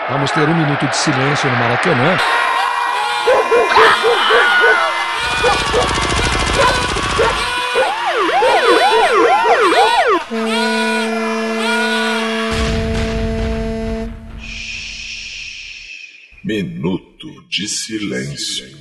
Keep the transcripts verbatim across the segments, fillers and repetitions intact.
Vamos ter um minuto de silêncio no Maracanã. Minuto de silêncio.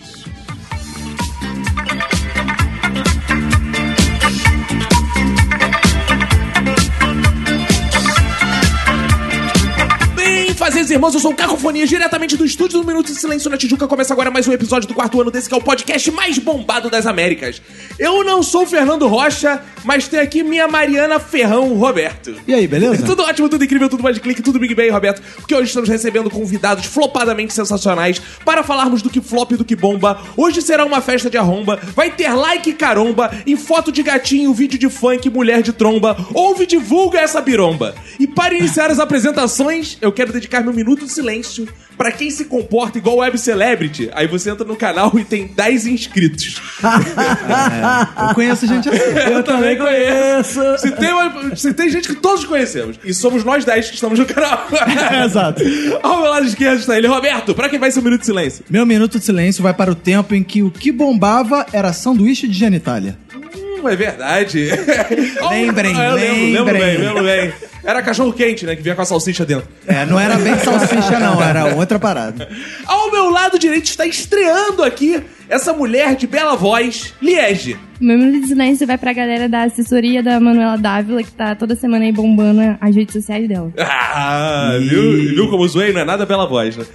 Fazeres irmãos, eu sou o Cacofonia, diretamente do estúdio do Minuto de Silêncio na Tijuca. Começa agora mais um episódio do quarto ano desse que é o podcast mais bombado das Américas. Eu não sou o Fernando Rocha, mas tem aqui minha Mariana Ferrão Roberto. E aí, beleza? Tudo ótimo, tudo incrível, tudo mais de clique, tudo Big Bang, Roberto. Porque hoje estamos recebendo convidados flopadamente sensacionais para falarmos do que flop e do que bomba. Hoje será uma festa de arromba, vai ter like caromba, em foto de gatinho, vídeo de funk, mulher de tromba. Ouve e divulga essa biromba. E para iniciar as apresentações, eu quero dedicar meu minuto de silêncio pra quem se comporta igual web celebrity. Aí você entra no canal e tem dez inscritos. É, eu conheço gente assim. Eu, eu também conheço. Se tem, uma, se tem gente que todos conhecemos. E somos nós dez que estamos no canal. Exato. Ao meu lado esquerdo está ele. Roberto, pra quem vai ser o minuto de silêncio? Meu minuto de silêncio vai para o tempo em que o que bombava era sanduíche de genitália. Hum, é verdade. Lembrem, oh, eu lembrem. Lembro bem, lembro bem. Era cachorro quente, né? Que vinha com a salsicha dentro. É, não era bem salsicha, não. Era outra parada. Ao meu lado direito está estreando aqui essa mulher de bela voz, Liege. Meu minuto de silêncio vai pra galera da assessoria da Manuela Dávila, que tá toda semana aí bombando as redes sociais dela. Ah, e... viu? Viu como zoei? Não é nada bela voz, né?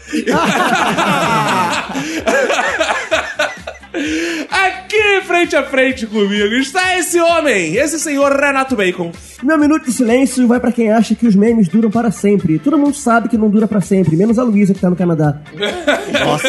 Aqui, frente a frente comigo, está esse homem, esse senhor Renato Bacon. Meu minuto de silêncio vai pra quem acha que os memes duram para sempre. Todo mundo sabe que não dura pra sempre, menos a Luísa que tá no Canadá. Nossa.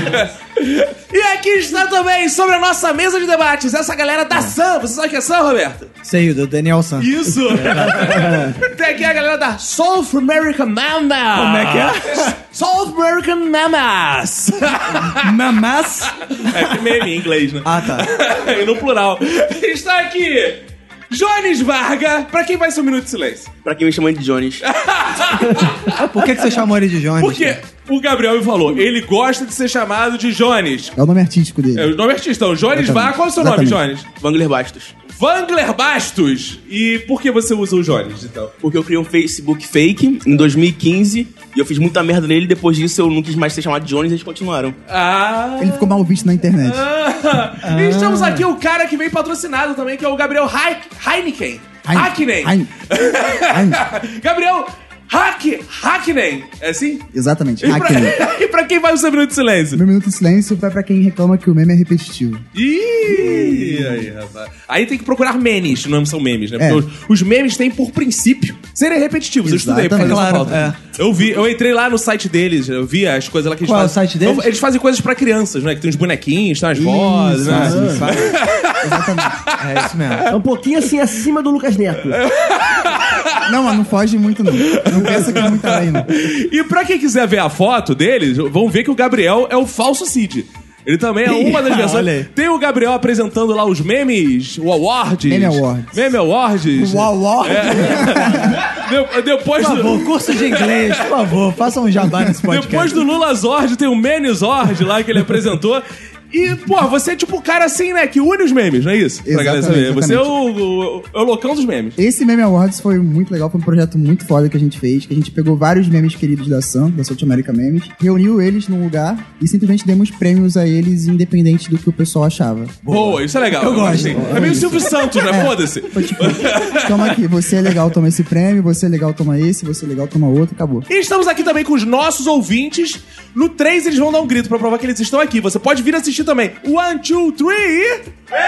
E aqui está também, sobre a nossa mesa de debates, essa galera da Sam. Você sabe o que é Sam, Roberto? Sei, do Daniel Sam. Isso. Tem aqui a galera da South American Mamas. Como é que é? South American Mamas. Mamas? É que meme em inglês, né? Ah, tá. E no plural. Está aqui Jones Varga. Pra quem vai ser um minuto de silêncio? Pra quem me chama de Jones. Por que, que você chamou ele de Jones? Porque o Gabriel me falou, ele gosta de ser chamado de Jones. É o nome artístico dele. É o nome artístico. Então, Jones Varga. Qual é o seu Exatamente. nome, Jones? Wangler Bastos. Wangler Bastos. E por que você usa o Jones, então? Porque eu criei um Facebook fake em dois mil e quinze e eu fiz muita merda nele. Depois disso eu não quis mais ser chamado de Jones e eles continuaram. Ah... Ele ficou mal visto na internet. Ah. Ah. E estamos aqui o cara que vem patrocinado também, que é o Gabriel Heineken. Hackney. Gabriel Hack, Hackney. É assim? Exatamente, e Hackney. Pra, e pra quem vai o seu minuto de silêncio? Meu minuto de silêncio vai pra quem reclama que o meme é repetitivo. Ih, aí, rapaz. Aí tem que procurar memes, não são memes, né? É. Porque os, os memes têm, por princípio, serem repetitivos. Exatamente. Eu estudei pra fazer Claro, essa pauta. É. Eu vi, eu entrei lá no site deles, eu vi as coisas lá que eles Qual fazem. é o site deles? Eu, eles fazem coisas pra crianças, né? Que tem uns bonequinhos, tem umas vozes, né? Isso, isso, exatamente. É isso mesmo. É um pouquinho assim acima do Lucas Neto. Não, mas não foge muito, não. Não pensa que é muito além, não. E pra quem quiser ver a foto deles, vão ver que o Gabriel é o falso Cid. Ele também é uma das versões. Olha aí. Tem o Gabriel apresentando lá os memes, o Awards. Meme Awards. Meme Awards. O Award? É. De, depois Por favor, do... curso de inglês, por favor, faça um jabá nesse podcast. Depois do Lula Zord, tem o Mene Zord lá que ele apresentou. E, pô, você é tipo o cara assim, né, que une os memes, não é isso? Pra galera saber. Exatamente, Você é o, o, é o loucão dos memes. Esse Meme Awards foi muito legal, foi um projeto muito foda que a gente fez, que a gente pegou vários memes queridos da Sam, da South America Memes, reuniu eles num lugar e simplesmente demos prêmios a eles, independente do que o pessoal achava. Boa, isso é legal. Eu gosto. Assim, é meio Silvio Santos, né? É. Foda-se. Foi tipo, toma aqui, você é legal, toma esse prêmio, você é legal, toma esse, você é legal, toma outro, acabou. E estamos aqui também com os nossos ouvintes. No três eles vão dar um grito pra provar que eles estão aqui. Você pode vir assistir também. One, two, three.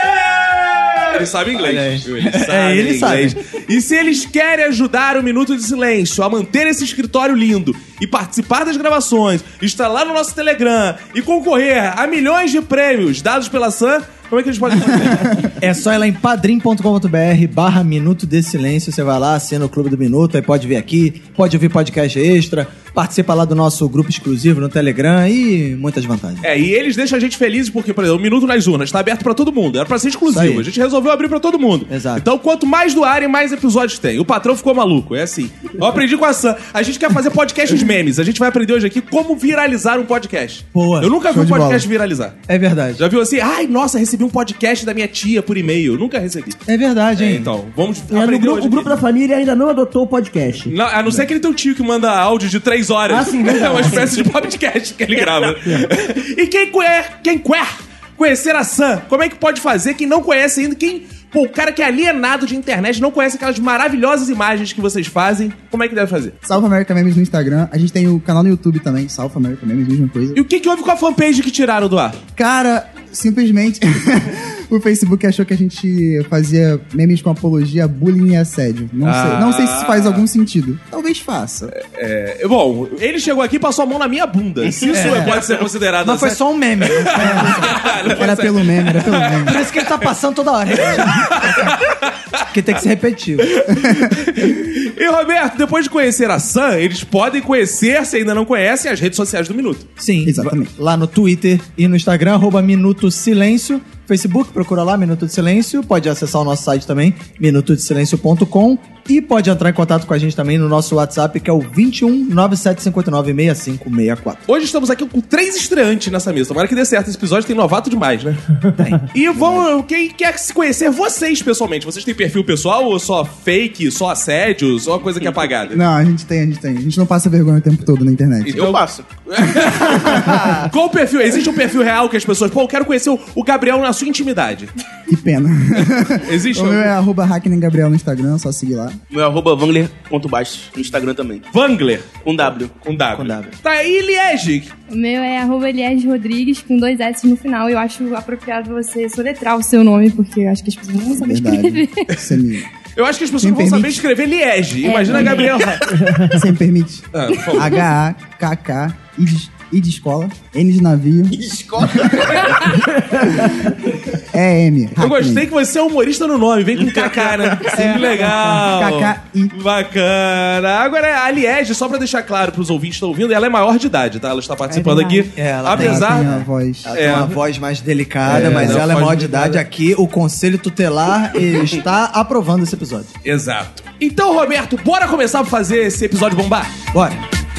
Eles sabem inglês. Viu? Eles sabem É, eles inglês. E se eles querem ajudar o Minuto de Silêncio a manter esse escritório lindo e participar das gravações, estar lá no nosso Telegram e concorrer a milhões de prêmios dados pela Sam, Como é que eles podem fazer? É só ir lá em padrim.com.br barra Minuto de Silêncio. Você vai lá, assina o Clube do Minuto, aí pode vir aqui, pode ouvir podcast extra, participa lá do nosso grupo exclusivo no Telegram e muitas vantagens. É, e eles deixam a gente felizes porque, por exemplo, o Minuto nas Urnas tá aberto pra todo mundo. Era pra ser exclusivo. A gente resolveu abrir pra todo mundo. Exato. Então, quanto mais doarem, mais episódios tem. O patrão ficou maluco, é assim. Eu aprendi com a Sam. A gente quer fazer podcasts memes. A gente vai aprender hoje aqui como viralizar um podcast. Boa. Eu nunca vi Show um de podcast bola. viralizar. É verdade. Já viu assim? Ai, nossa, recebi um podcast da minha tia por e-mail. Eu nunca recebi. É verdade, hein? É, então, vamos É, no aprender grupo, hoje o grupo aqui. da família ainda não adotou o podcast. Não, a não ser aquele teu tio que manda áudio de três horas. Ah, sim, verdade. É uma espécie de podcast que ele grava. E quem quer, quem quer conhecer a Sam, como é que pode fazer? Quem não conhece ainda, quem... Pô, o cara que é alienado de internet, não conhece aquelas maravilhosas imagens que vocês fazem, como é que deve fazer? Salve America Memes no Instagram. A gente tem o canal no YouTube também, Salve America Memes, mesma coisa. E o que, que houve com a fanpage que tiraram do ar? Cara, simplesmente o Facebook achou que a gente fazia memes com apologia, bullying e assédio. Não, Ah. sei, não sei se isso faz algum sentido. Talvez faça. É, bom, ele chegou aqui e passou a mão na minha bunda. Se isso é. pode ser considerado... Mas foi assédio- só um meme. Era pelo meme, era pelo meme. Por isso que ele tá passando toda hora. Porque tem que ser repetitivo. E, Roberto, depois de conhecer a Sam, eles podem conhecer, se ainda não conhecem, as redes sociais do Minuto. Sim. Exatamente. Lá no Twitter e no Instagram, arroba Minuto Silêncio. Facebook, procura lá, Minuto de Silêncio. Pode acessar o nosso site também, minuto de silêncio ponto com. E pode entrar em contato com a gente também no nosso WhatsApp, que é o vinte e um, nove sete cinco nove, seis cinco seis quatro. Hoje estamos aqui com três estreantes nessa mesa. Tomara que dê certo. Esse episódio tem novato demais, né? Tem. E vão, quem quer se conhecer vocês pessoalmente? Vocês têm perfil pessoal ou só fake, só assédio, só coisa que é apagada? Não, a gente tem, a gente tem. A gente não passa vergonha o tempo todo na internet. Eu passo. Qual o perfil? Existe um perfil real que as pessoas... Pô, eu quero conhecer o, o Gabriel na sua intimidade. Que pena. Existe O meu algum? é arroba Hackning Gabriel no Instagram, só seguir lá. Meu arroba Wangler.baixo no Instagram também. Wangler. Com W. Com W. Com W. Tá, e Liege? O meu é arroba Elias Rodrigues, com dois S no final. Eu acho apropriado você soletrar o seu nome, porque eu acho que as pessoas não vão saber escrever. Verdade. Você me, Eu acho que as pessoas Me não vão saber permite? escrever Liege. Imagina a também. Gabriela. você me permite? Ah, por favor. H A K K I de, I de escola, N de navio. Escola. É M. Eu gostei que você é humorista no nome, vem com K K, né? Sempre legal. K K I. Bacana. Agora, a Liege, só pra deixar claro pros ouvintes que estão ouvindo, ela é maior de idade, tá? Ela está participando É aqui. verdade. É, ela tem- Apesar... Ela tem a voz. Ela É. tem uma voz mais delicada, É, mas ela ela é pode maior de delicada. idade. Aqui, o Conselho Tutelar está aprovando esse episódio. Exato. Então, Roberto, bora começar a fazer esse episódio bombar? Bora.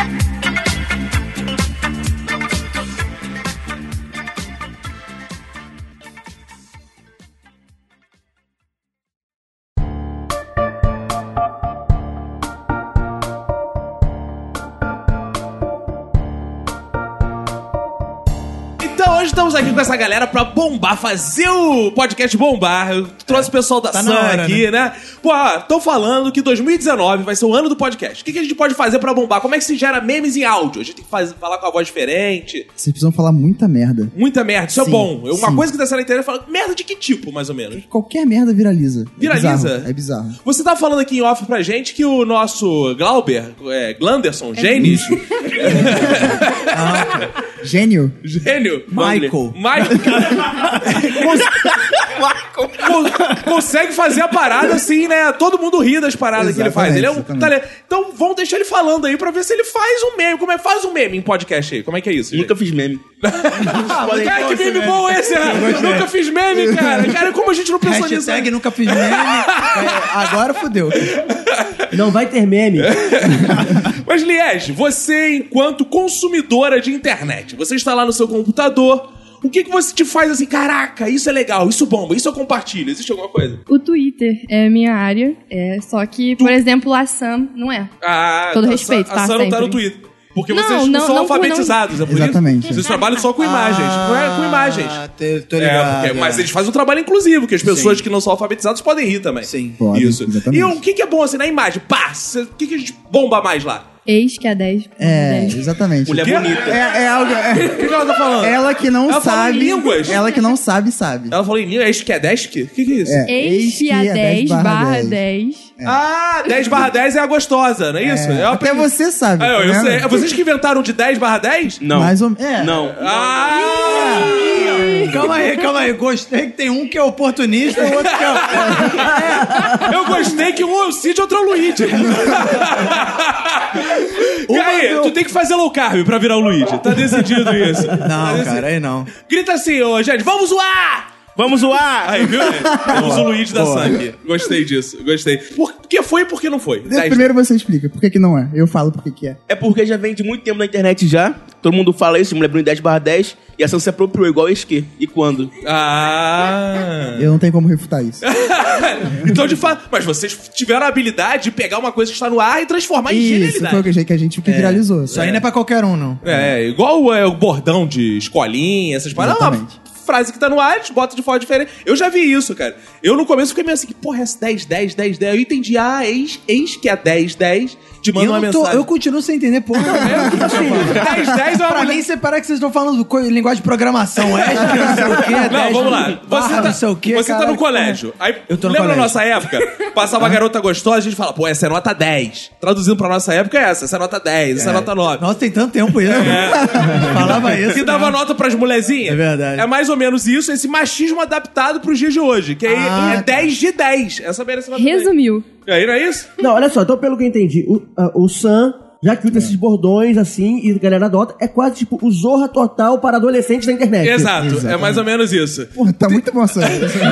Então, hoje estamos aqui com essa galera pra bombar, fazer o podcast bombar. Eu trouxe o pessoal da tá Sam na hora, aqui, né? Pô, estão falando que dois mil e dezenove vai ser o ano do podcast. O que, que a gente pode fazer pra bombar? Como é que se gera memes em áudio? A gente tem que fazer, falar com a voz diferente. Vocês precisam falar muita merda. Muita merda, isso é Sim, bom. Uma sim. coisa que tá sendo na internet fala, merda de que tipo, mais ou menos? Qualquer merda viraliza. É Viraliza? bizarro, É bizarro. Você tá falando aqui em off pra gente que o nosso Glauber, é, Glanderson, Gênis, Gênio. gênio, Michael. Michael, cara, cons- con- consegue fazer a parada assim, né? Todo mundo ri das paradas que ele faz. Ele é um Exatamente, talento. Então vamos deixar ele falando aí pra ver se ele faz um meme. Como é que faz um meme em podcast aí? Como é que é isso? Nunca fiz meme. Cara, que meme bom esse, né? Nunca fiz meme, cara. Cara, como a gente não pensou nisso? Hashtag nunca fiz meme. É, agora fudeu. Não vai ter meme. Mas, Liege, você, enquanto consumidora de internet, você está lá no seu computador, o que, que você te faz assim, caraca, isso é legal, isso bomba, isso eu compartilho, existe alguma coisa? O Twitter é a minha área, é, só que, por exemplo, a Sam não é. Ah, Todo a- respeito, a, tá? a Sam não tá Sempre. no Twitter. Porque Não, vocês não, não, são não por- alfabetizados, é por Exatamente. isso? Vocês trabalham só com imagens, não é com imagens. Ah, te- tô É, ligado. porque- mas eles fazem um trabalho inclusivo, que as pessoas que não são alfabetizadas podem rir também. Sim. Pode, Isso. exatamente. E o que, que é bom assim na imagem? Pá, cê- o que, que a gente bomba mais lá? Ex que é dez. É, dez. exatamente. Mulher bonita. É, é algo. O É, que, que ela tá falando? ela que não Ela falou em sabe. línguas. Ela que não sabe, sabe. Ela falou em língua, ex que é dez? O que, que, que é isso? É. Ex que é dez barra dez. Ah, dez barra dez é a gostosa, não é isso? É, Eu até aprendi- você sabe. Ah, eu, tá eu vendo? sei. É vocês que inventaram de dez barra dez? Não. Mais ou menos. É. Não. Ah! Calma aí, calma aí. Gostei que tem um que é oportunista e o outro que é... Eu gostei que um é o Cid e outro é o Luigi. E aí, tu tem que fazer low carb pra virar o Luigi. Tá decidido isso. Tá Não, decidido. cara, aí não. Grita assim, ô, gente, vamos zoar! Vamos zoar! Aí, viu? Temos o Luigi da Sangue. Gostei disso, gostei. Por que foi e por que não foi? De- Primeiro você explica por que, que não é. Eu falo por que, que é. É porque já vem de muito tempo na internet já. Todo mundo fala isso, mulher bonita dez barra dez. E a ação se apropriou igual esque. E quando? Ah. Eu não tenho como refutar isso. Então, de fato. Mas vocês tiveram a habilidade de pegar uma coisa que está no ar e transformar em Isso, genialidade. foi o que que a gente que viralizou. Isso aí não é pra qualquer um, não. É, igual é, o bordão de escolinha, essas paradas. É uma Exatamente. frase que tá no ar, eles botam de forma diferente. Eu já vi isso, cara. Eu no começo fiquei meio assim, que porra é essa dez, dez, dez, dez? Eu entendi, ah, ex, ex que é dez, dez, te manda Eu, uma não tô, mensagem. eu continuo sem entender porra. dez, dez é uma Pra mulher... mim, você parece que vocês estão falando co- linguagem de programação. É, não sei o quê, Não, dez vamos lá. barra Você tá, não sei o quê, você tá caralho, no colégio. Aí, Eu tô no lembra na colégio. nossa época? Passava uma garota gostosa, a gente fala, pô, essa é nota dez. Traduzindo pra nossa época é essa, essa é nota dez, essa é nota nove. Nossa, tem tanto tempo isso. Falava isso. Que dava né? nota pras molezinhas. É verdade. É mais ou menos isso, esse machismo adaptado pros dias de hoje. Que aí Ah, é tá. dez de dez. Essa merece nota dez. Resumiu. E aí, não é isso? Não, olha só, então pelo que eu entendi, o, a- o Sam, já que usa esses bordões assim e a galera adota, é quase tipo o Zorra total para adolescentes da internet. Exato, é Exatamente. mais ou menos isso. Porra, tá muito emocionante.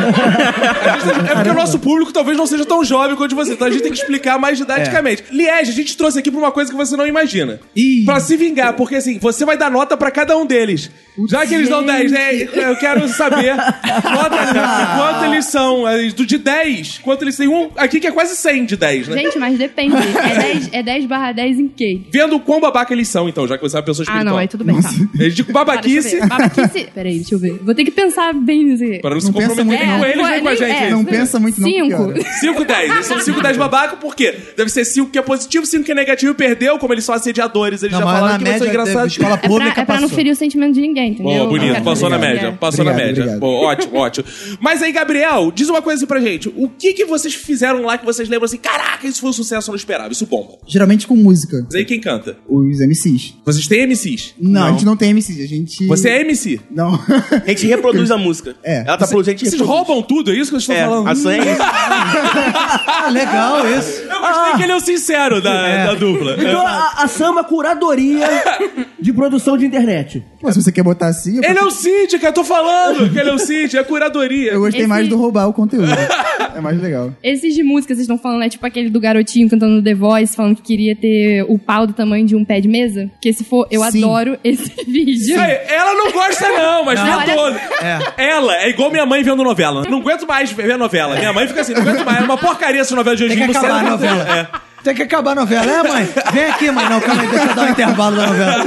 É porque o nosso público talvez não seja tão jovem quanto você, então a gente tem que explicar mais didaticamente. Liege, a gente trouxe aqui pra uma coisa que você não imagina. Ih. Pra se vingar, porque assim, você vai dar nota pra cada um deles. Já que eles dão dez, né? Eu quero saber nota, quanto eles são. eh, Do de dez, quanto eles têm um. Aqui que é quase cem de dez, né? Gente, mas depende. É dez, é dez barra dez em quê? Vendo o quão babaca eles são, então, já que você é uma pessoa Ah, espiritual. não, aí tudo bem, tá. Eles de Tá, deixa eu babaquice. ver. Babaquice. Peraí, deixa eu ver. Vou ter que pensar bem nisso aqui. Para não se Não pensa comprometer muito, com não. eles, É, vem com a nem- gente. é, aí. Não pensa muito, não. que Cinco. piora. cinco, dez. Eles são cinco, dez babaca, por quê? Deve ser cinco que é positivo, cinco que é negativo e perdeu, como eles são assediadores. Eles Não, já mas falaram na que não são média, engraçados. escola É pra, pública é pra não passou. ferir o sentimento de ninguém, entendeu? Boa, Eu bonito. quero- Passou na Obrigado. média. Passou na Obrigado, média. obrigado. Pô, ótimo, ótimo. Mas aí, Gabriel, diz uma coisa assim pra gente. O que que vocês fizeram lá que vocês lembram assim, caraca, isso foi um sucesso, eu não esperava, isso bomba. Geralmente com música. Mas aí quem canta? Os M Cs. Vocês têm M Cs? Não, a gente não tem M Cs. A gente. Você é M C? Não. A gente reproduz a música. É. Ela tá produzindo, a gente Vocês reproduz. roubam tudo, é isso que vocês estão É, falando? a senha é isso. Ah, legal isso. Eu gostei que ele é o sincero da, da dupla. Então a, a Sam é uma curadoria de produção de internet. Pô, se você quer botar assim. Eu, Ele é o Cid, cara, eu tô falando que ele é o Cid, é curadoria. eu gostei Esse- mais do roubar o conteúdo. É mais legal. Esses de música vocês estão falando, é tipo aquele do garotinho cantando no The Voice, falando que queria ter o pau do tamanho de um pé de mesa. Que se for, eu Sim. adoro esse vídeo. Aí, ela não gosta não, mas Não, vê olha- todo. Ela é igual minha mãe vendo novela. Não aguento mais ver novela. Minha mãe fica assim, não aguento mais. É uma porcaria essa novela de hoje. Tem que não acabar sei- a novela. É. Tem que acabar a novela. É, mãe? Vem aqui, mãe. Não, calma aí, deixa eu dar um intervalo da novela.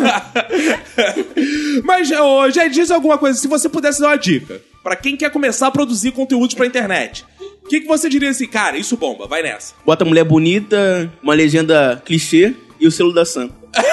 Mas, ô, já diz alguma coisa, se você pudesse dar uma dica pra quem quer começar a produzir conteúdos pra internet, o que, que você diria assim, cara, isso bomba, vai nessa. Bota mulher bonita, uma legenda clichê e o selo da Sam.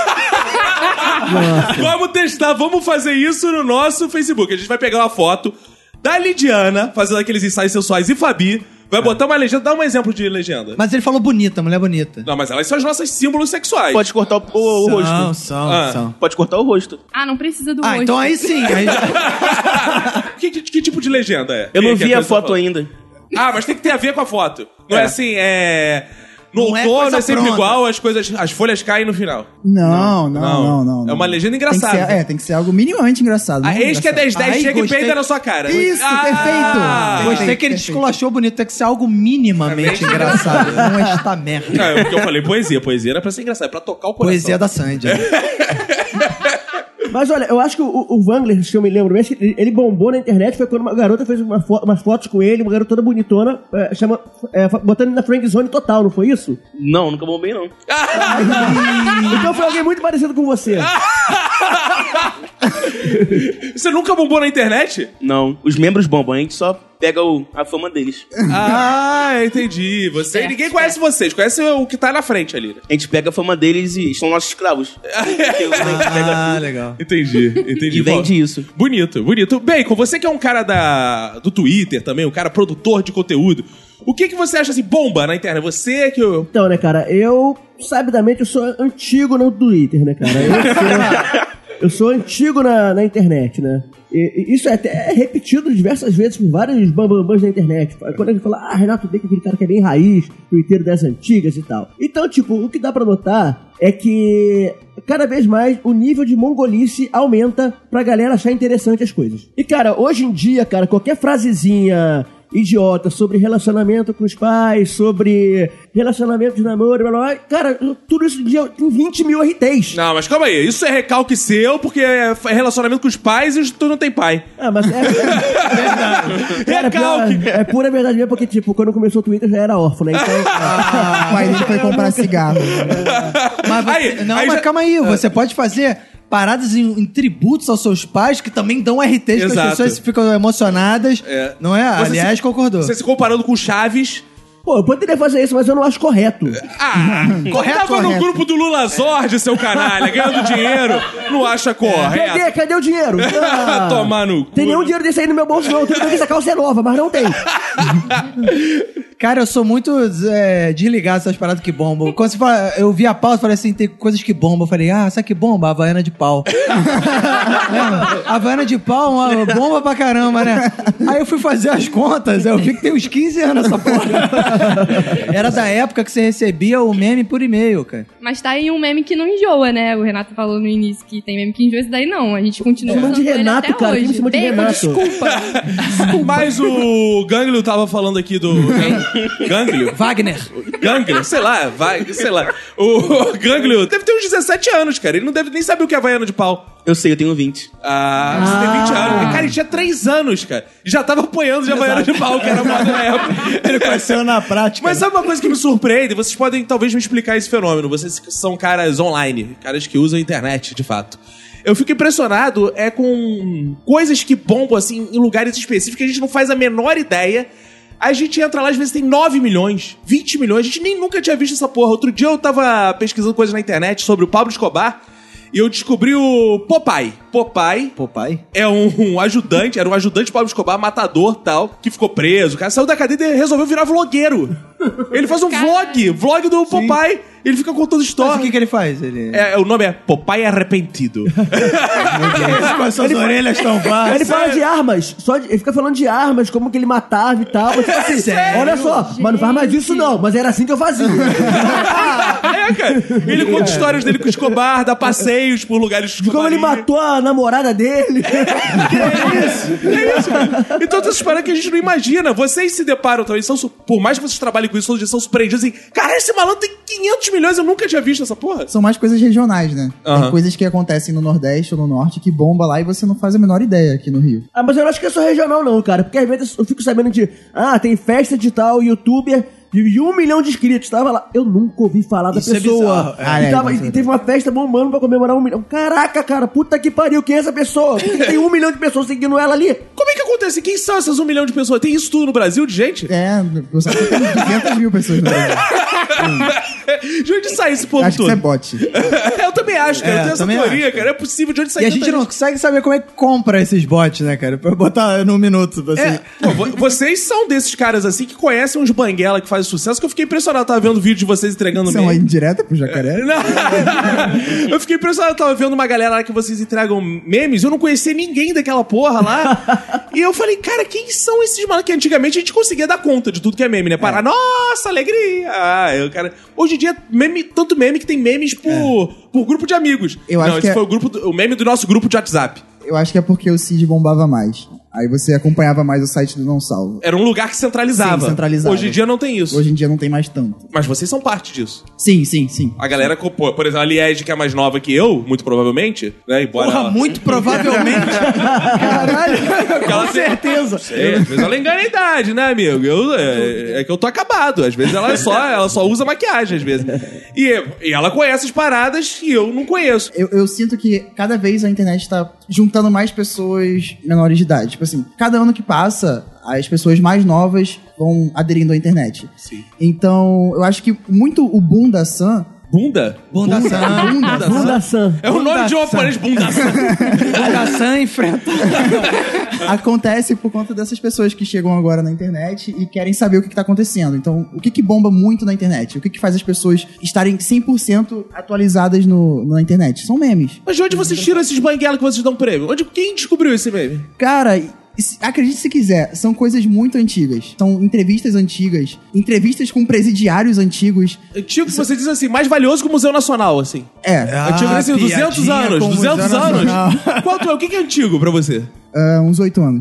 Vamos testar, vamos fazer isso no nosso Facebook. A gente vai pegar uma foto da Lidiana, fazendo aqueles ensaios sensuais, e Fabi, vai botar uma legenda, dá um exemplo de legenda. Mas ele falou bonita, mulher bonita. Não, mas elas são as nossas símbolos sexuais. Pode cortar o, o- o São, rosto. são, Ah. são. Pode cortar o rosto. Ah, não precisa do Ah, rosto. então aí sim. Aí já- que, que- que tipo de legenda é? Eu Que- não que vi a coisa foto tá falando? ainda. Ah, mas tem que ter a ver com a foto. Não é, É. assim, é... No Não é outono coisa é sempre pronta. igual, as coisas, as folhas caem no final. Não, não, Não. não, não. não, É uma legenda Tem que engraçada. ser- é, tem que ser algo minimamente engraçado. A não ex que é dez engraçado. dez Ai, chega e gostei. peida na sua cara. Isso, Ah! perfeito. Gostei que ele perfeito. desculachou bonito. Tem que ser algo minimamente engraçado. Não é esta merda. Não, é porque eu falei poesia. Poesia era pra ser engraçado, é pra tocar o coração. Poesia da Sandy. Mas olha, eu acho que o, o Wangler, se eu me lembro bem, acho que ele, ele bombou na internet, foi quando uma garota fez uma fo- umas fotos com ele, uma garota toda bonitona, é, chama, é, fa- botando ele na friend zone total, não foi isso? Não, nunca bombei, não. Então foi alguém muito parecido com você. Você nunca bombou na internet? Não, os membros bombam, a gente só pega o, a fama deles. Ah, entendi. Você, Certo, ninguém conhece vocês, conhece o que tá na frente ali. Né? A gente pega a fama deles e são nossos escravos. Porque a gente pega Ah, tudo legal. Entendi, entendi. e vende Bom, isso. Bonito, bonito. Bacon, você que é um cara da, do Twitter também, um cara produtor de conteúdo, o que, que você acha assim, bomba na internet? Você que... Eu... Então, né, cara, eu, sabidamente, eu sou antigo no Twitter, né, cara? Eu sou, eu sou antigo na, na internet, né? E, e isso é até repetido diversas vezes por vários bambambãs na internet. Quando a gente fala, ah, Renato Bacon, aquele cara que é bem raiz, Twitter das antigas e tal. Então, tipo, o que dá pra notar é que cada vez mais o nível de mongolice aumenta pra galera achar interessante as coisas. E, cara, hoje em dia, cara, qualquer frasezinha idiota sobre relacionamento com os pais, sobre relacionamento de namoro, blá, blá, blá. Cara, tudo isso tem vinte mil R Ts. Não, mas calma aí, isso é recalque seu, porque é relacionamento com os pais e tu não tem pai. Ah, mas é, é, é verdade. Cara, Recalque. é, é pura verdade mesmo, porque, tipo, quando começou o Twitter já era órfão, né? Então, O pai dele foi comprar cigarro. Mas você- Aí- não, aí mas já- calma aí, você pode fazer paradas em, em tributos aos seus pais que também dão R Ts, que as Exato. pessoas ficam emocionadas. É. Não é? Você Aliás, se- concordou. Você se comparando com o Chaves. pô, eu poderia fazer isso, mas eu não acho correto. Ah, Correto, tava no correto. grupo do Lula Zord, seu canalha, ganhando dinheiro. Não acha correto. Cadê? Cadê o dinheiro? Ah, Tomar no cu. Tem nenhum dinheiro desse aí no meu bolso, não. Tudo bem que essa calça é nova, mas não tem. Cara, eu sou muito é, desligado dessas paradas que bombam. Quando você fala, eu vi a pauta e falei assim, tem coisas que bombam. Eu falei, ah, sabe que bomba? A Havaiana de pau. Lembra? A Havaiana de pau, uma bomba pra caramba, né? Aí eu fui fazer as contas, eu vi que tem uns quinze anos essa porra. Era da época que você recebia o meme por e-mail, cara. Mas tá aí um meme que não enjoa, né? O Renato falou no início que tem meme que enjoa, isso daí não. A gente continua Chama de usando ele Renato, até cara. Quem hoje. me chama de Bacon, Renato? desculpa. Mas o Ganglio tava falando aqui do... Ganglio? Wagner. Ganglio? Sei lá, vai, sei lá. O Ganglio deve ter uns dezessete anos, cara. Ele não deve nem saber o que é Havaiana de pau. Eu sei, eu tenho vinte. Ah, você tem vinte anos. Cara, ele tinha três anos, cara. E já tava apoiando de Havaiana de pau, que era moda na época. Ele conheceu na prática. Mas sabe uma coisa que me surpreende? Vocês podem talvez me explicar esse fenômeno. Vocês que são caras online, caras que usam a internet, de fato. Eu fico impressionado é com coisas que bombam, assim, em lugares específicos que a gente não faz a menor ideia. A gente entra lá, às vezes tem nove milhões, vinte milhões. A gente nem nunca tinha visto essa porra. Outro dia eu tava pesquisando coisas na internet sobre o Pablo Escobar e eu descobri o Popeye. Popeye Popeye? é um, um ajudante, era um ajudante de Pablo Escobar, matador e tal, que ficou preso. O cara saiu da cadeia e resolveu virar vlogueiro. Ele faz um vlog, vlog do Popeye. Ele fica contando Mas história. o que, que ele faz? Ele... É, o nome é Popeye Arrependido. Com as suas orelhas tão Aí vagas. ele fala de armas, só de- ele fica falando de armas, como que ele matava e tal. Mas, tipo assim, olha só, mas não faz mais isso não, mas era assim que eu fazia. É, cara. Ele conta histórias dele com o Escobar, dá passeios por lugares De como ele matou a namorada dele. É isso, cara. Então, essas paradas que a gente não imagina. Vocês se deparam também, são, su- por mais que vocês trabalhem com isso, todos os dias são surpreendidos assim, cara, esse malandro tem quinhentos milhões, eu nunca tinha visto essa porra. São mais coisas regionais, né? Aham. Tem coisas que acontecem no Nordeste ou no Norte que bomba lá e você não faz a menor ideia aqui no Rio. Ah, mas eu não acho que é só regional não, cara. Porque às vezes eu fico sabendo de... Ah, tem festa de tal youtuber de um milhão de inscritos. Tava lá. Eu nunca ouvi falar da Isso é pessoa. bizarro. Ah, e, é, tava- isso é e teve uma festa bombando pra comemorar um milhão. Caraca, cara. Puta que pariu. Quem é essa pessoa? Por que tem um milhão de pessoas seguindo ela ali? Como é que acontece? Quem são essas um milhão de pessoas? Tem isso tudo no Brasil de gente? É, você tem duzentas mil pessoas no Brasil. De onde sai esse povo Acho que todo? isso é bot. Eu também acho, cara. É, eu tenho essa também teoria, acho. cara. É possível de onde sai E a tanta gente não consegue saber como é que compra esses bots, né, cara? Pra botar num minuto, assim. É, pô, vo- vocês são desses caras assim que conhecem uns banguela que fazem sucesso, que eu fiquei impressionado. Eu tava vendo vídeo de vocês entregando São meme. indireta pro jacaré? Não. Eu fiquei impressionado, eu tava vendo uma galera lá que vocês entregam memes, eu não conhecia ninguém daquela porra lá. E eu falei, cara, quem são esses malucos? Que antigamente a gente conseguia dar conta de tudo que é meme, né? Parar, nossa, alegria! Ah, eu, cara... Hoje em dia, meme, tanto meme que tem memes por, por grupo de amigos. Eu não, acho esse que foi é- o, grupo do- o meme do nosso grupo de WhatsApp. Eu acho que é porque o Cid bombava mais. Aí você acompanhava mais o site do Não Salvo. Era um lugar que centralizava. Sim, centralizava. Hoje em dia não tem isso. Hoje em dia não tem mais tanto. Mas vocês são parte disso. Sim, sim, sim. A galera, pô, por exemplo, a Liege, que é mais nova que eu, muito provavelmente, né? Embora Porra, ela... muito provavelmente. Caralho, com Ela tem- certeza. É, às vezes ela engana a idade, né, amigo? Eu, é, é que eu tô acabado. Às vezes ela só, ela só usa maquiagem, às vezes. E, e ela conhece as paradas e eu não conheço. Eu, eu sinto que cada vez a internet tá juntando mais pessoas menores de idade. Tipo assim, cada ano que passa, as pessoas mais novas vão aderindo à internet. Sim. Então, eu acho que muito o boom da Sam... Bunda? Bunda Sam. Bunda Sam. Bunda Sam. É o nome de um aparelho Bunda Sam. Bunda Sam enfrenta. acontece por conta dessas pessoas que chegam agora na internet e querem saber o que, que tá acontecendo. Então, o que que bomba muito na internet? O que que faz as pessoas estarem cem por cento atualizadas no, na internet? São memes. Mas de onde vocês tiram esses banguelos que vocês dão prêmio? Onde, quem descobriu esse meme? Cara, acredite se quiser, são coisas muito antigas. São entrevistas antigas, entrevistas com presidiários antigos. Antigo que você diz assim, mais valioso que o Museu Nacional, assim. É, Ah, Antigo assim, duzentos piadinha anos, com o duzentos Museu anos. Nacional. Quanto é? O que que é antigo pra você? ah, uns oito anos.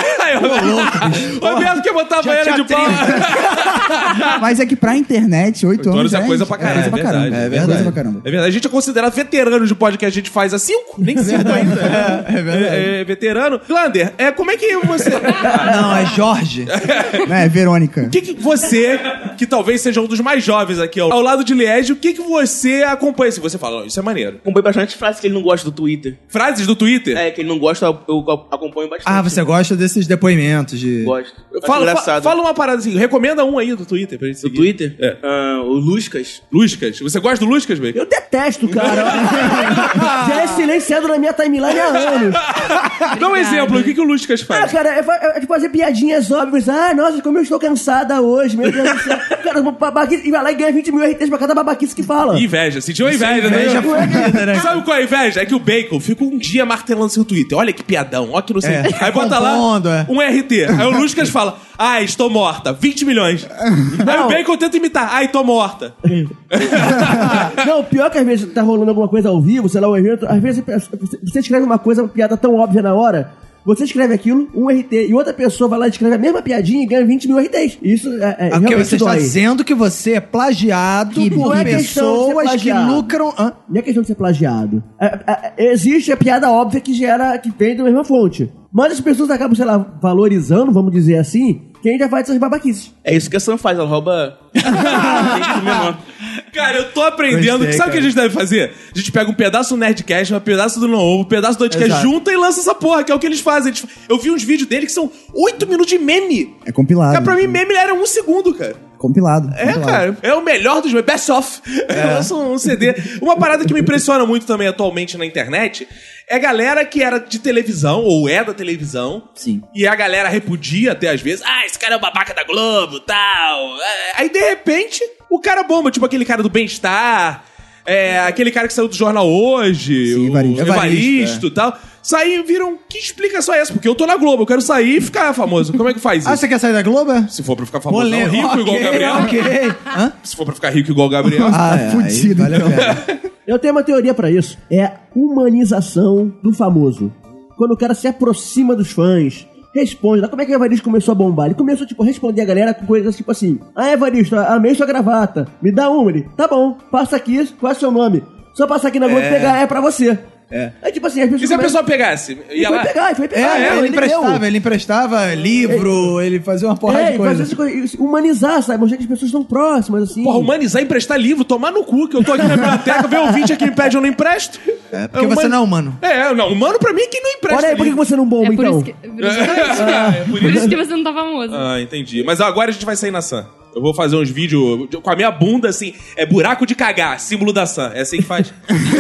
O Roberto quer botar a banheira de pau. Mas é que pra internet, oito anos é coisa pra caralho, coisa pra é caramba. verdade, é verdade. Coisa pra caramba. É verdade, a gente é considerado veterano de podcast, a gente faz há cinco, nem cinco ainda. É verdade. É, é veterano. Glander, é, como é que você... Não, é Jorge. É, Verônica. O que, que você, que talvez seja um dos mais jovens aqui ao, ao lado de Liege, o que, que você acompanha? Se você fala, isso é maneiro. Acompanho bastante frases que ele não gosta do Twitter. Frases do Twitter? É, que ele não gosta, eu, eu acompanho bastante. Ah, você gosta desses depoimentos de... Gosto. Eu acho Fala, fa- engraçado. fala uma parada assim, recomenda um aí do Twitter pra gente Do seguir. Twitter? É. Ah, o Luscas. Luscas. Você gosta do Luscas, Bacon? Eu detesto, cara. Já é silenciado na minha timeline há anos. Dá um exemplo, o que, que o Luscas Ah, faz? cara, é, fa- é de fazer piadinhas óbvias. Ah, nossa, como eu estou cansada hoje, meu Deus do céu. Cara, babaquice, e vai lá e ganha vinte mil R Ts pra cada babaquice que fala. Inveja, sentiu a inveja, inveja né? Sabe qual é a inveja? É que o Bacon fica um dia martelando seu Twitter. Olha que piadão, ó que não sei. É, Aí bota lá compondo, é. um R T. Aí o Luscas fala, ai, estou morta, vinte milhões. Aí o Bacon tenta imitar, ai, tô morta. Não, pior que às vezes tá rolando alguma coisa ao vivo, sei lá, um evento, às vezes você escreve uma coisa, uma piada tão óbvia na hora, você escreve aquilo, um R T, e outra pessoa vai lá e escreve a mesma piadinha e ganha vinte mil R Ts. Isso é, é Porque realmente você está dói. dizendo que você é plagiado Que por não é questão de ser pessoas que plagiado. lucram... Hã? Não é questão de ser plagiado. É, é, é, existe a piada óbvia que gera, que vem da mesma fonte. Mas as pessoas acabam, sei lá, valorizando, vamos dizer assim, quem já faz essas babaquices. É isso que a Sam faz, ela rouba... Gente, meu nome. Cara, eu tô aprendendo. Gostei, sabe o que a gente deve fazer? A gente pega um pedaço do Nerdcast, um pedaço do Não Ovo, um pedaço do Nerdcast, Exato. junta e lança essa porra, que é o que eles fazem. Eles- Eu vi uns vídeos dele que são oito minutos de meme. É compilado. Cara, pra mim, meme era um segundo, cara. Compilado. É, compilado. cara, é o melhor dos meus. Best of. Lança um C D. Uma parada que me impressiona muito também atualmente na internet é a galera que era de televisão, ou é da televisão. Sim. E a galera repudia até às vezes. Ah, esse cara é o babaca da Globo, tal. É, aí, de repente, o cara bomba. Tipo aquele cara do Bem-Estar. É, aquele cara que saiu do Jornal Hoje. Sim, o Evaristo. Evaristo e tal. Saíram e viram, que explicação é essa? Porque eu tô na Globo, eu quero sair e ficar famoso. Como é que faz isso? Ah, você quer sair da Globo? Se for pra ficar famoso, não, Polêmico. rico igual o Gabriel. Ok. Hã? Se for pra ficar rico igual o Gabriel. Ah, é, fudido, aí vale a então. pena. Eu tenho uma teoria pra isso. É a humanização do famoso. Quando o cara se aproxima dos fãs, responde. Como é que o Evaristo começou a bombar? Ele começou, tipo, a responder a galera com coisas tipo assim: ah, Evaristo, amei sua gravata. Me dá uma. Ele, tá bom, passa aqui, qual é o seu nome? Só passar aqui na Globo e pegar, é pra você. É. Aí, tipo assim, as pessoas E se a começam- pessoa pegasse? Ele Ia foi lá? pegar, ele foi É, pegar. é, não, ele emprestava, deu. ele emprestava livro, ele fazia uma porra É, de e fazer coisa. essas coisas, humanizar, sabe? Mostrar que as pessoas estão próximas, assim. Porra, humanizar, emprestar livro, tomar no cu, que eu tô aqui na biblioteca, vê o ouvinte aqui me pede, eu não empresto. É, porque você não é humano. É, não, humano pra mim é quem não empresta. Olha aí, por que que livro. você não bomba, É por, então? isso que, por, isso, É, por por isso. isso que você não tá famoso. Ah, entendi. Mas agora a gente vai sair na Sam. Eu vou fazer uns vídeos com a minha bunda, assim, é buraco de cagar, símbolo da Sam. É assim que faz.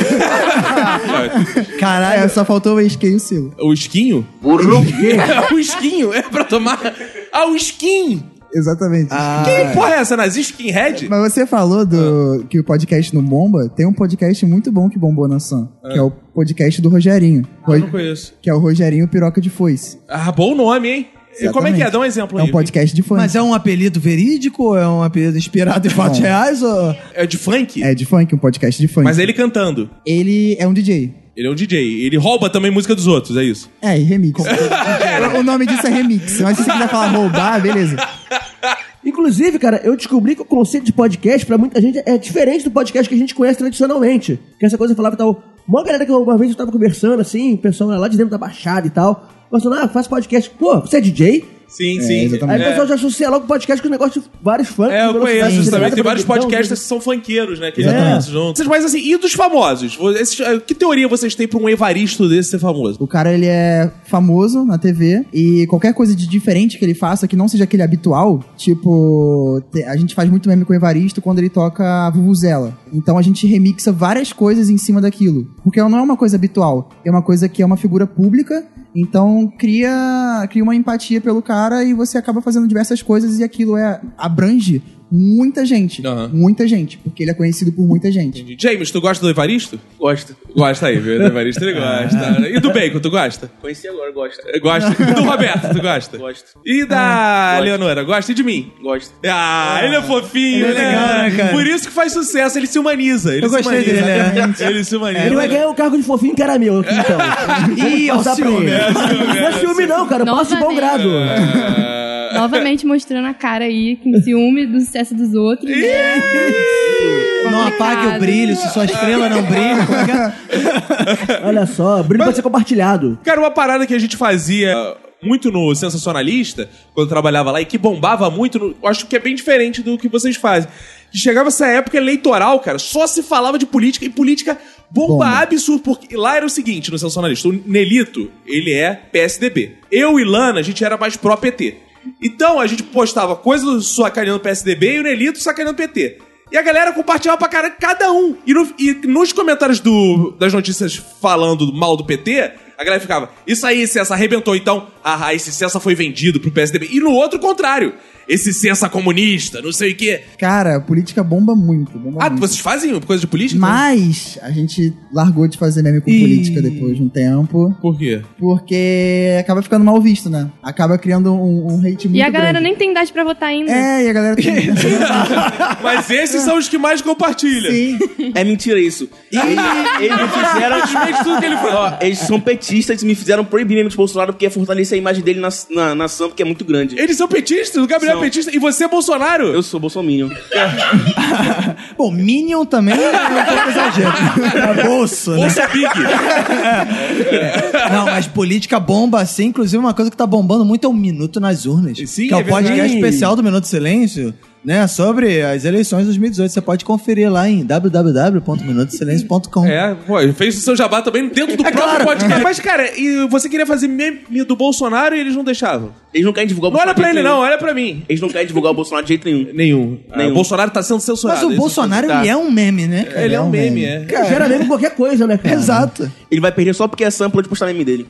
Caralho. É, só faltou o esquei e o selo. O esquinho? Burro. o esquinho, é pra tomar... Ah, o esquinho! Exatamente. Ah, Que porra é essa, nazista skinhead? Mas você falou do que o podcast não bomba. Tem um podcast muito bom que bombou na Sam, que é o podcast do Rogerinho. Eu Ro- não conheço. Que é o Rogerinho Piroca de Foice. Ah, bom nome, hein? E como é que é? Exatamente. Dá um exemplo É aí. um podcast de funk. Mas é um apelido verídico ou é um apelido inspirado em fatos Não. reais? Ou... É de funk? É de funk, um podcast de funk. Mas é ele cantando. Ele é um D J. Ele é um D J. Ele rouba também música dos outros, é isso? É, e remix. O nome disso é remix. Mas se você quiser falar roubar, beleza. Inclusive, cara, eu descobri que o conceito de podcast, pra muita gente, é diferente do podcast que a gente conhece tradicionalmente. Que essa coisa falava tal. Uma galera que uma vez eu tava conversando, assim, pessoal lá de dentro da Baixada e tal. Falando, ah, faz podcast. Pô, você é D J? Sim, É, sim. exatamente. Aí o pessoal já associa logo o podcast com o negócio de vários fãs. É, eu conheço isso também. Tem vários podcasts Então, que são funkeiros, né? Que É. eles juntos. Mas assim, e dos famosos? Esses, que teoria vocês têm pra um Evaristo desse ser famoso? O cara, ele é famoso na T V e qualquer coisa de diferente que ele faça, que não seja aquele habitual, tipo, te- a gente faz muito meme com o Evaristo quando ele toca a Vuvuzela. Então a gente remixa várias coisas em cima daquilo. Porque não é uma coisa habitual, é uma coisa que é uma figura pública, então cria, cria uma empatia pelo cara e você acaba fazendo diversas coisas e aquilo é, abrange muita gente. Aham. Muita gente, porque ele é conhecido por muita gente. James, tu gosta do Evaristo? Gosto. Gosta aí, viu? Do Evaristo ele gosta. E do Bacon, tu gosta? Conheci agora, gosto. Gosta. E do Roberto, tu gosta? Gosto. E da Gosto. Leonora, gosta? E de mim? Gosto. Ah, ele é fofinho, Ele é né? legal, né, cara? Por isso que faz sucesso, ele se humaniza. Ele Eu se gostei humaniza. dele, é. Ele se humaniza. Ele vai ganhar o cargo de fofinho que era meu aqui, então. Ih, Vamos ó, passar pra ciúme. ele. Não é ciúme não, cara. Eu passo de bom Novamente. grado. Ah, Novamente mostrando a cara aí, com ciúme do sucesso dos outros. né? Não apague o brilho, se sua estrela não brilha. Como é que é? Olha só, brilho pode ser compartilhado. Cara, uma parada que a gente fazia muito no Sensacionalista, quando eu trabalhava lá, e que bombava muito, no- eu acho que é bem diferente do que vocês fazem. Que chegava essa época eleitoral, cara, só se falava de política, e política bomba, Bomba. absurdo, porque lá era o seguinte, no Sensacionalista, o Nelito, ele é P S D B. Eu e Lana, a gente era mais pró-P T. Então, a gente postava coisa do sacaneando o P S D B e o Nelito sacaneando o P T. E a galera compartilhava pra caralho cada um. E, no- e nos comentários do- das notícias falando mal do P T, a galera ficava, isso aí, Cessa, arrebentou. Então, ah, esse Cessa foi vendido pro P S D B. E no outro, contrário. Esse Cessa comunista, não sei o quê. Cara, a política bomba muito. Bomba Ah, muito. vocês fazem coisa de política? Mas a gente largou de fazer meme com Ih. política depois de um tempo. Por quê? Porque acaba ficando mal visto, né? Acaba criando um, um hate muito E a galera grande. nem tem idade pra votar ainda. É, e a galera tem... Mas esses são os que mais compartilham. Sim. É mentira isso. Eles, eles me fizeram... Desmente tudo que ele fala. Ó, eles são petistas e me fizeram proibir meme de Bolsonaro porque fortalece a imagem dele na, na nação, porque é muito grande. Eles são petistas, o Gabriel São. é petista. E você é Bolsonaro? Eu sou bolsominion. Bom, Minion também é um pouco exagero. É bolso, né? Bolsa Big. Não, mas política bomba, assim. Inclusive, uma coisa que tá bombando muito é o Minuto nas Urnas. Sim, que é é o podcast verdade. especial do Minuto Silêncio, né? Sobre as eleições de dois mil e dezoito. Você pode conferir lá em w w w ponto minuto silêncio ponto com. É, pô, ele fez o seu jabá também dentro do próprio claro. podcast. Mas, cara, e você queria fazer meme do Bolsonaro e eles não deixavam? Eles não querem divulgar o Não olha Bolsonaro. pra de ele, jeito não, nenhum. olha pra mim. Eles não querem divulgar o Bolsonaro de jeito nenhum. Nenhum. Ah, Nenhum. o Bolsonaro tá sendo censurado. Mas o Isso Bolsonaro, tá. ele é um meme, né? cara? Ele é um É um meme, meme. é. Gera mesmo qualquer coisa, né, cara? Exato. Ele vai perder só porque é sample de postar meme dele.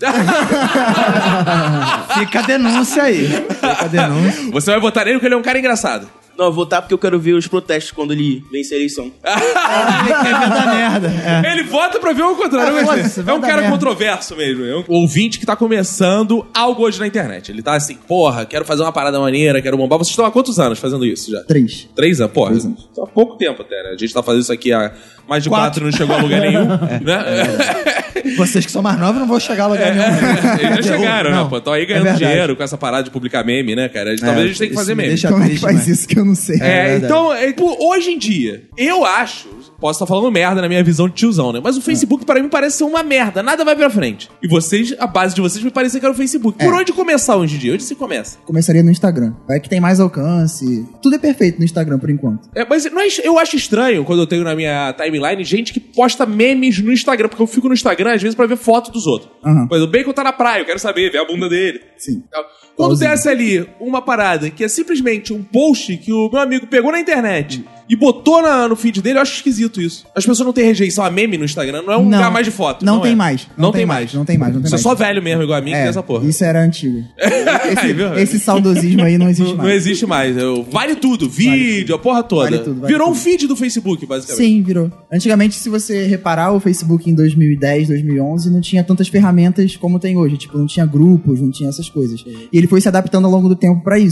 Fica a denúncia aí. Fica a denúncia. Você vai votar nele porque ele é um cara engraçado. Não, eu vou votar porque eu quero ver os protestos quando ele vencer a eleição. Ele quer ver da merda. É. Ele vota pra ver o contrário. Ah, eu gostei. foda-se, vai é um dar cara merda. controverso mesmo. É um ouvinte que tá começando algo hoje na internet. Ele tá assim, porra, quero fazer uma parada maneira, quero bombar. Vocês estão há quantos anos fazendo isso já? Três. Três anos? Porra, Três anos. só há pouco tempo até, né? A gente tá fazendo isso aqui há mais de quatro, Quatro. e não chegou a lugar nenhum, né? Vocês que são mais novos não vão chegar a lugar nenhum. Eles já chegaram, né? Não, Pô, estão aí é ganhando verdade. dinheiro com essa parada de publicar meme, né, cara? Talvez a gente tenha que isso fazer me meme. deixa Como é que triste, faz mas- isso que eu não sei? É, verdade. então, é, pô, hoje em dia, eu acho, posso estar falando merda na minha visão de tiozão, né? Mas o Facebook, pra mim, parece ser uma merda. Nada vai pra frente. E vocês, a base de vocês, me parecia que era o Facebook. Por onde começar hoje em dia? Onde se começa? Começaria no Instagram. Vai que tem mais alcance. Tudo é perfeito no Instagram, por enquanto. É, mas não é- eu acho estranho quando eu tenho na minha timeline gente que posta memes no Instagram, porque eu fico no Instagram às vezes pra ver foto dos outros. Aham. Por exemplo, o Bacon tá na praia, eu quero saber, ver a bunda dele. Sim. Quando Igualzinho. desce ali uma parada que é simplesmente um post que o meu amigo pegou na internet e botou na- no feed dele, eu acho esquisito isso. As pessoas não têm rejeição a meme no Instagram, não é um Não. lugar mais de foto. Não tem é. mais. Não, tem mais. Não tem mais. Não tem Você é mais. só velho mesmo, igual a mim, que É, tem essa porra. isso era antigo. Aí, viu? Esse, esse saudosismo aí não existe Não, mais. não existe mais. Eu- vale tudo. Vídeo, a porra toda. Vale tudo, vale Virou um tudo. feed do Facebook, basicamente. Sim, virou. Antigamente, se você reparar, o Facebook em dois mil e dez, dois mil e onze não tinha tantas ferramentas como tem hoje. Tipo, não tinha grupos, não tinha essas coisas. E ele foi se adaptando ao longo do tempo pra isso.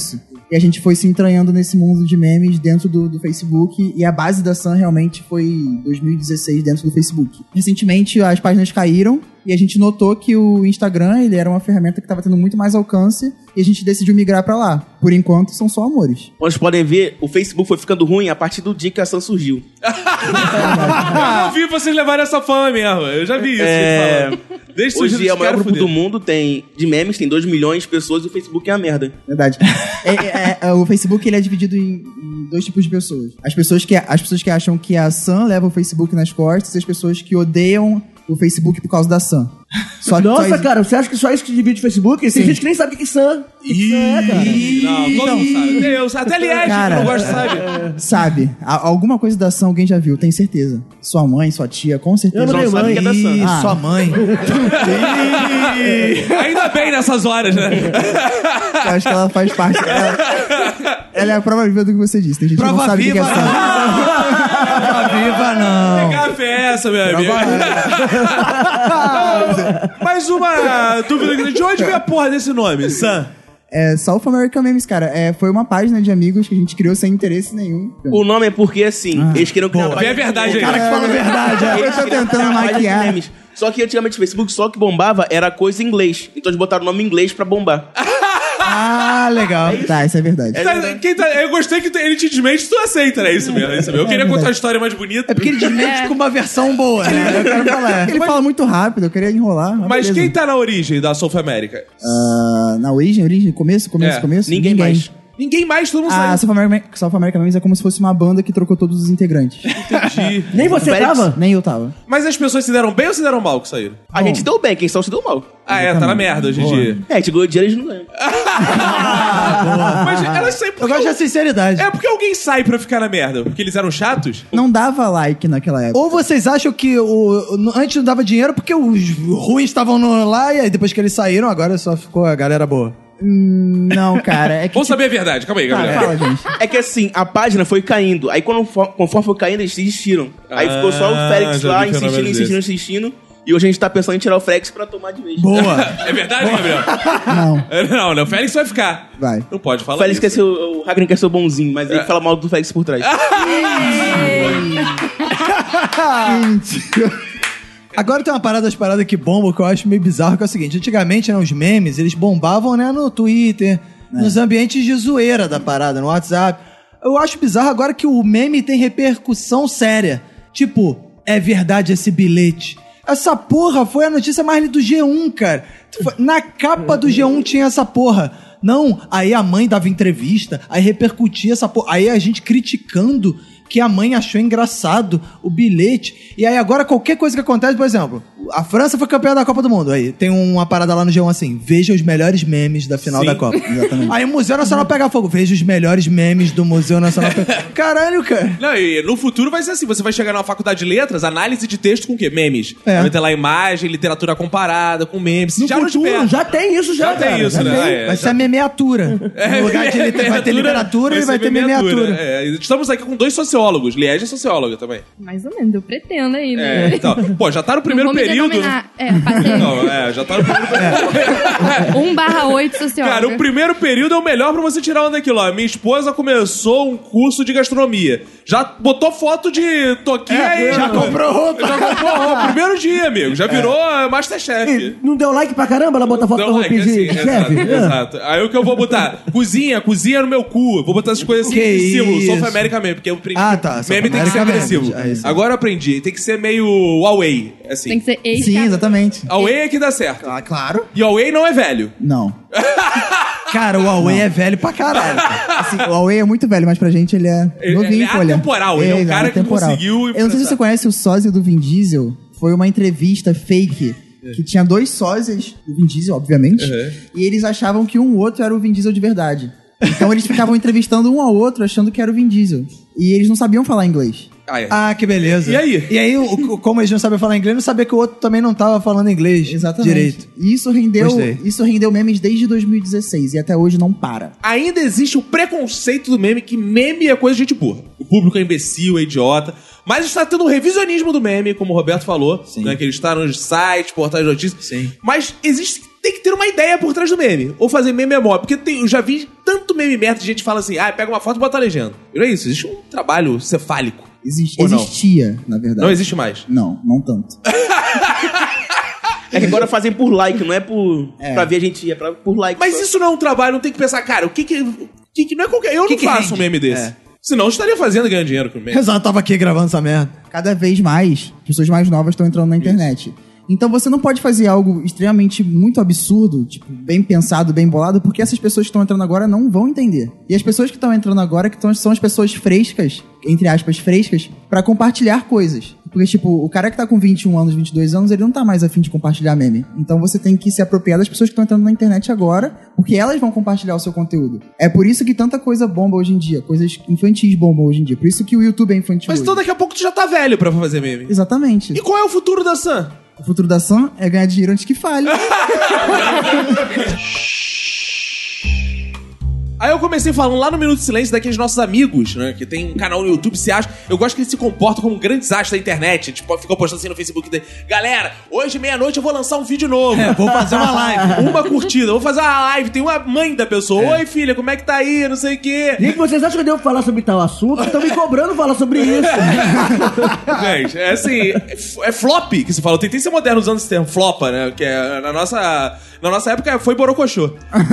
E a gente foi se entranhando nesse mundo de memes dentro do, do Facebook. E a base da Sun realmente foi dois mil e dezesseis dentro do Facebook. Recentemente as páginas caíram e a gente notou que o Instagram ele era uma ferramenta que estava tendo muito mais alcance e a gente decidiu migrar pra lá. Por enquanto, são só amores. Como vocês podem ver, o Facebook foi ficando ruim a partir do dia que a Sun surgiu. Eu não vi vocês levarem essa fama mesmo. Eu já vi isso. É... Desde Hoje surgido, é o maior quero grupo fuder. do mundo, tem de memes, tem dois milhões de pessoas e o Facebook é uma merda. Verdade. É, é, é, o Facebook ele é dividido em, em dois tipos de pessoas. As pessoas, que, as pessoas que acham que a Sun leva o Facebook nas costas e as pessoas que odeiam o Facebook por causa da Sun. Só que Nossa, só- cara, você acha que só isso que divide o Facebook? Tem Sim. gente que nem sabe o que é Sun. O que que Sun é, cara? Não, todo mundo sabe. Deus, até aliás, Cara, que não gosta, sabe? Sabe, a- alguma coisa da Sun alguém já viu, tenho certeza. Sua mãe, sua tia, com certeza. Eu não tenho sabe mãe. que é da Sun. Ih, Ah. sua mãe. Ainda bem nessas horas, né? Eu acho que ela faz parte. Ela, ela é a prova viva do que você disse. Tem gente que Prova não sabe o que que é viva, Sun. Prova viva, não. Que café é essa, meu amigo? Mais uma dúvida grande. De onde veio a porra desse nome, Sam? É South American Memes, cara. É, foi uma página de amigos que a gente criou sem interesse nenhum. O nome é porque, assim, eles queriam criar... Vê a verdade aí. Cara que fala a verdade. é. Eu tô queriam tentando criar uma página de maquiar. memes. Só que antigamente o Facebook só que bombava era coisa em inglês. Então eles botaram o nome em inglês pra bombar. Ah, legal. Tá, isso é verdade. Tá, quem tá- eu gostei que tu- ele te desmente, tu aceita, né? Isso mesmo, é isso mesmo. Eu queria verdade. contar uma história mais bonita. É porque ele desmente com uma versão boa, né? Eu quero falar. Ele fala muito rápido, eu queria enrolar. Mas beleza. quem tá na origem da South America? Ah, na origem, origem, começo, começo, É, começo? Ninguém mais. Ninguém mais, todo mundo Ah, sabe. South American, South American Memes é como se fosse uma banda que trocou todos os integrantes. Entendi. Nem você Félix- tava? Nem eu tava. Mas as pessoas se deram bem ou se deram mal que saíram? A gente deu bem, quem só se deu mal. Ah, é, tá na merda hoje em dia. É, a gente ganhou dinheiro e eles não ganham. Mas elas saem Eu porque... gosto da sinceridade. É porque alguém sai pra ficar na merda. Porque eles eram chatos? Não dava like naquela época. Ou vocês acham que o, o- antes não dava dinheiro porque os ruins estavam no- lá e aí depois que eles saíram, agora só ficou a galera boa? Hum, não, cara. É que. Vamos saber a verdade. Calma aí, Tá, Gabriel. fala, gente. É que assim, a página foi caindo. Aí quando, fo- conforme foi caindo, eles desistiram. Aí Ah, ficou só o Félix já lá, vi fenômeno insistindo, insistindo, desse. insistindo. E hoje a gente tá pensando em tirar o Félix pra tomar de vez. Boa! É verdade, Gabriel? Não, É, Não, não. O Félix vai ficar. vai. Não pode O falar Félix isso. quer ser o, o Ragnar quer ser o bonzinho, mas ele É. fala mal do Félix por trás. Agora tem uma parada das paradas que bombam que eu acho meio bizarro, que é o seguinte: antigamente, né, os memes, eles bombavam, né, no Twitter, nos ambientes de zoeira da parada, no WhatsApp. Eu acho bizarro agora que o meme tem repercussão séria. Tipo, é verdade esse bilhete. Essa porra foi a notícia mais lida do G um, cara. Foi- Na capa do G um tinha essa porra. Não, aí a mãe dava entrevista, aí repercutia essa porra. Aí a gente criticando que a mãe achou engraçado o bilhete. E aí agora qualquer coisa que acontece, por exemplo, a França foi campeã da Copa do Mundo. Aí tem uma parada lá no G um assim: veja os melhores memes da final Sim. da Copa. Aí o Museu Nacional pega fogo. Veja os melhores memes do Museu Nacional. Pega... Caralho, cara. Não, e no futuro vai ser assim: você vai chegar numa faculdade de letras, análise de texto com o quê? Memes. É. Vai ter lá imagem, literatura comparada, com memes. No já nos futuro, perde. já tem isso, já, Já tem cara, isso, já né? tem. Ah, é. Vai ser a memeatura. No lugar de liter... vai ter literatura e vai ser ter memeatura. É, estamos aqui com dois sociólogos. Liege é socióloga também. Mais ou menos, eu pretendo aí, É, né? então, pô, já tá no primeiro Não vou me período. denominar- É, passei. Não, é, já tá no primeiro período. um barra oito socióloga. Cara, o primeiro período é o melhor pra você tirar onda daquilo, ó. Minha esposa começou um curso de gastronomia. Já botou foto de toquinha aí. já comprou roupa. Já comprou roupa. Primeiro dia, amigo. Já virou é. Masterchef. Não deu like pra caramba? Ela bota foto Deu da like, roupinha de, assim, de chefe? exato, É. exato. Aí o que eu vou botar? Cozinha, cozinha no meu cu. Vou botar essas coisas assim Que de símbolo. isso. South America mesmo, porque eu aprendi. Ah, tá, South Meme tem que ser America agressivo. mesmo, é isso. Agora eu aprendi. Tem que ser meio Huawei, assim. Tem que ser ex Sim, exatamente. Huawei é que dá certo. Ah, claro. E Huawei não é velho. Não. Cara, o Huawei é velho pra caralho. Assim, o Huawei é muito velho, mas pra gente ele é Ele- novinho, ele é folha. atemporal, ele é um cara que atemporal. conseguiu Eu não sei se influenciar. você conhece o sósia do Vin Diesel. Foi uma entrevista fake que tinha dois sósias do Vin Diesel, obviamente. Uhum. E eles achavam que um outro era o Vin Diesel de verdade. Então eles ficavam entrevistando um ao outro achando que era o Vin Diesel. E eles não sabiam falar inglês. Ah, é. Ah, que beleza. E aí? E aí, o- o- como eles não sabem falar inglês, não sabia que o outro também não tava falando inglês Exatamente. direito. E isso rendeu, Gostei. isso rendeu memes desde dois mil e dezesseis e até hoje não para. Ainda existe o preconceito do meme, que meme é coisa de gente burra. O público é imbecil, é idiota. Mas está tendo um revisionismo do meme, como o Roberto falou, né, que ele está nos sites, portais de notícias. Sim. Mas existe, tem que ter uma ideia por trás do meme. Ou fazer meme é mó. Porque tem, eu já vi tanto meme merda de gente que fala assim, ah, pega uma foto e bota a legenda. E não é isso, existe um trabalho cefálico. Existe, Ou não? Existia, na verdade. Não existe mais. Não, não tanto. É que agora fazem por like, não é por é. pra ver a gente, é pra, por like. Mas só. isso não é um trabalho, não tem que pensar, cara, o que que... O que, que não é qualquer... Eu que não que faço rende? um meme desse. É. Senão eu estaria fazendo e ganhando dinheiro com o meme. Exato, tava aqui gravando essa merda. Cada vez mais, pessoas mais novas estão entrando na internet. Então você não pode fazer algo extremamente muito absurdo, tipo, bem pensado, bem bolado, porque essas pessoas que estão entrando agora não vão entender. E as pessoas que estão entrando agora que tão, são as pessoas frescas, entre aspas, frescas, pra compartilhar coisas. Porque, tipo, o cara que tá com vinte e um anos, vinte e dois anos, ele não tá mais afim de compartilhar meme. Então você tem que se apropriar das pessoas que estão entrando na internet agora, porque elas vão compartilhar o seu conteúdo. É por isso que tanta coisa bomba hoje em dia, coisas infantis bombam hoje em dia. Por isso que o YouTube é infantil. Mas então hoje. daqui a pouco tu já tá velho pra fazer meme. Exatamente. E qual é o futuro da Sam? O futuro da Sam é ganhar dinheiro antes que falhe. Aí eu comecei falando lá no Minuto de Silêncio daqueles nossos amigos, né? Que tem um canal no YouTube, se acha. Eu gosto que eles se comportam como grandes astros da internet. Tipo, ficam postando assim no Facebook dele. Galera, hoje meia-noite eu vou lançar um vídeo novo. É, vou fazer uma live. Uma curtida, vou fazer uma live. Tem uma mãe da pessoa. É. Oi, filha, como é que tá aí? Não sei o quê. Gente, vocês acham que eu devo falar sobre tal assunto? Estão me cobrando falar sobre isso. Gente, é assim, é flop que se fala. Eu tentei ser moderno usando esse termo, flopa, né? Que é, na nossa, na nossa época foi borocochô.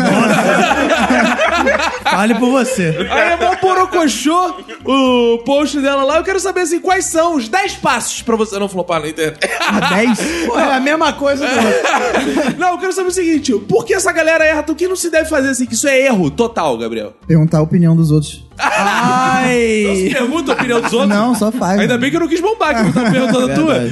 Fale por você. Aí é mó borocochô o post dela lá. Eu quero saber, assim, quais são os dez passos pra você não flopar na internet. dez? Pô, é a mesma coisa do outro. Não, eu quero saber o seguinte, por que essa galera erra? O que não se deve fazer assim? Que isso é erro total, Gabriel. Perguntar a opinião dos outros. Ai! Não se pergunta a opinião dos outros? Não, só faz. Ainda bem que eu não quis bombar, que eu não tava perguntando a tua.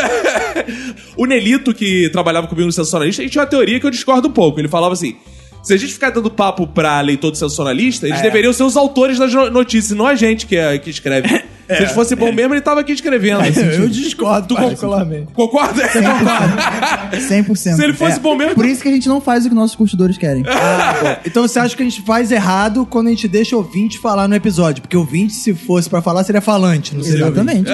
O Nelito, que trabalhava comigo no Sensacionalista, a gente tinha uma teoria que eu discordo um pouco. Ele falava assim, se a gente ficar dando papo pra leitor do Sensacionalista, eles é. deveriam ser os autores das notícias, não a gente que, é, que escreve. É. Se ele fosse bom mesmo, ele tava aqui escrevendo. É, eu discordo, particularmente. Concorda? Você concorda? cem por cento. Se ele fosse é. bom mesmo... Por isso que a gente não faz o que nossos curtidores querem. Ah, então você acha que a gente faz errado quando a gente deixa o ouvinte falar no episódio? Porque o ouvinte, se fosse pra falar, seria falante. Não seria exatamente.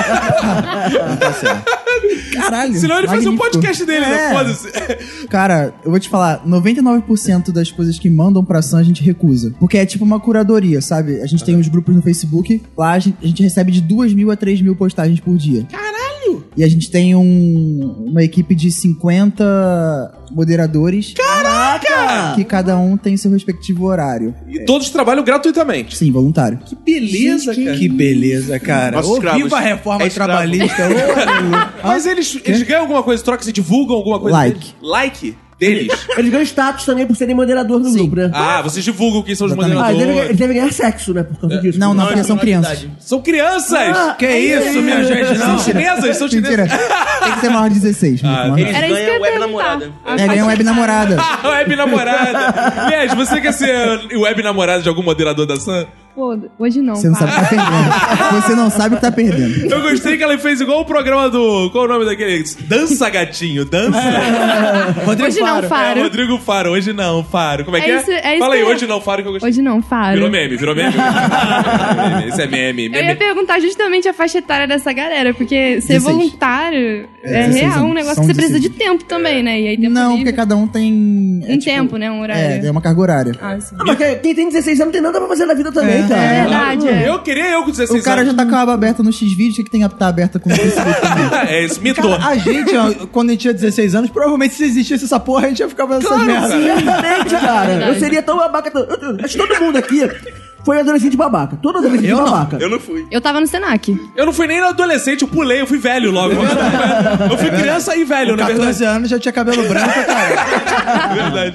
Não tá certo. Caralho. Senão ele fazia um podcast dele, é. né? Foda-se. Cara, eu vou te falar, noventa e nove por cento das coisas que mandam pra Sam a gente recusa. Porque é tipo uma curadoria, sabe? A gente tem uns grupos no Facebook, lá a gente, a gente recebe de duas mil a três mil postagens por dia. Caralho! E a gente tem um, uma equipe de cinquenta moderadores. Caraca! Que cada um tem seu respectivo horário. E é. todos trabalham gratuitamente. Sim, voluntário. Que beleza, gente, cara. Que beleza, cara. Nossos Ô, escravos. viva a reforma É trabalhista. Mas eles, eles ganham alguma coisa, trocam, se divulgam alguma coisa? Like. Deles? Like? Deles. Eles ganham status também por serem moderador do Sim. grupo, né? Ah, vocês divulgam quem são os Exatamente. Ah, eles devem, moderadores. eles devem ganhar sexo, né? Por causa disso. Não, não, Não, porque isso são não é crianças. verdade. São crianças! Ah, Que isso, minha gente? São Não. chinesas, são Mentira. chinesas. Tem que ser maior de dezesseis. muito maior. Eles Era isso que eu ganham ia web perguntar. namorada. É, ganha web namorada. Ah, web namorada. Aliás, você quer ser web namorada de algum moderador da Sam? Pô, hoje não. Você não sabe para. que tá perdendo. Você não sabe que tá perdendo. Eu gostei que ela fez igual o programa do... Qual é o nome daquele? Dança, gatinho. Dança. Rodrigo Hoje não, Faro. Faro. É, Rodrigo Faro. Hoje não, Faro. Como é, É que isso- é? é isso Fala aí, que eu- hoje não, Faro, que eu gostei. Hoje não, Faro. Virou meme, virou meme. Meme. Esse é meme. Eu ia meme. perguntar justamente a faixa etária dessa galera, porque ser dezesseis. voluntário é, dezesseis real, um anos. negócio São que você precisa de dezesseis. tempo também, né? E aí tempo Não, livre. porque cada um tem... é, Um tipo, tempo, né? Um horário. É, tem uma carga horária. Ah, sim. Ah, mas quem tem dezesseis anos não tem nada pra fazer na vida também, É. cara. É verdade, é. Eu queria eu com dezesseis O cara anos. já tá com a aba aberta no X-Vídeos, o que, que tem que estar aberta com o Facebook também? É, isso mitou. Cara, a gente, ó, quando a gente tinha dezesseis anos, provavelmente se existisse essa porra, a gente ia ficar fazendo essas merdas. Exatamente, cara. Verdade. Eu seria tão babaca. Eu- eu- Acho que todo mundo aqui foi adolescente babaca. Todo adolescente Eu não. babaca. Eu não fui. Eu tava no Senac. Eu não fui nem adolescente, eu pulei, eu fui velho logo. Eu fui criança e velho, Com na verdade. catorze anos já tinha cabelo branco, cara. Verdade.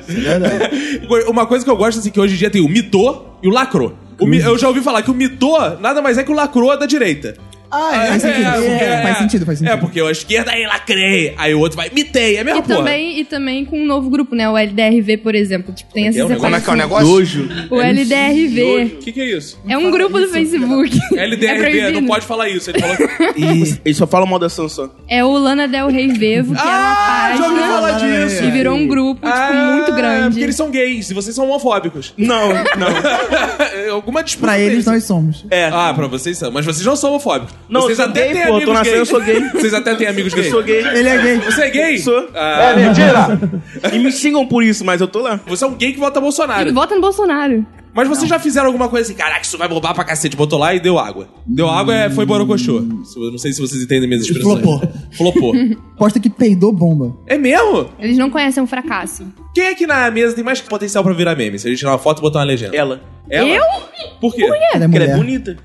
Uma coisa que eu gosto, assim, que hoje em dia tem o mitô e o lacrô. O mi- eu já ouvi falar que o mitô nada mais é que o lacrô da direita. Ah, é, faz sentido. porque- Faz sentido, faz sentido. É, porque a esquerda aí lacrei, aí o outro vai mitei, é a mesma E porra. também, e também com um novo grupo, né? O L D R V, por exemplo. Tipo, tem que é essas o negócio? Como é que é o separações. negócio? Nojo. O L D R V. O que, que é isso? É um grupo do Facebook. L D R V, É proibido. não pode falar isso. Ele falou. E Eles só falam mal da Samsung. É o Lana Del Rey Vevo, que Ah, é uma já ouvi página falar disso. e virou um grupo, tipo, muito grande. Porque eles são gays e vocês são homofóbicos. Não, não. Alguma disputa. Pra eles, deles. nós somos. É. Ah, pra vocês são. Mas vocês não são homofóbicos. Não, Vocês eu sou até gay, têm pô, amigos tô nascendo, gays. eu sou gay. Vocês até têm amigos Eu gays. sou gay. Ele é gay. Você é gay? Sou. Ah, É mentira! E me xingam por isso, mas eu tô lá. Você é um gay que vota Bolsonaro. Ele vota no Bolsonaro. Mas vocês já fizeram alguma coisa assim, caraca, isso vai bombar pra cacete. Botou lá e deu água. Deu água, é, foi borocochô. Eu não sei se vocês entendem minhas expressões. Flopou. Flopou. Aposta que peidou bomba. É mesmo? Eles não conhecem um fracasso. Quem aqui na mesa tem mais potencial pra virar meme? Se a gente tirar uma foto e botar uma legenda. Ela. Ela? Eu? Por quê? Ela é Porque ela mulher. é bonita.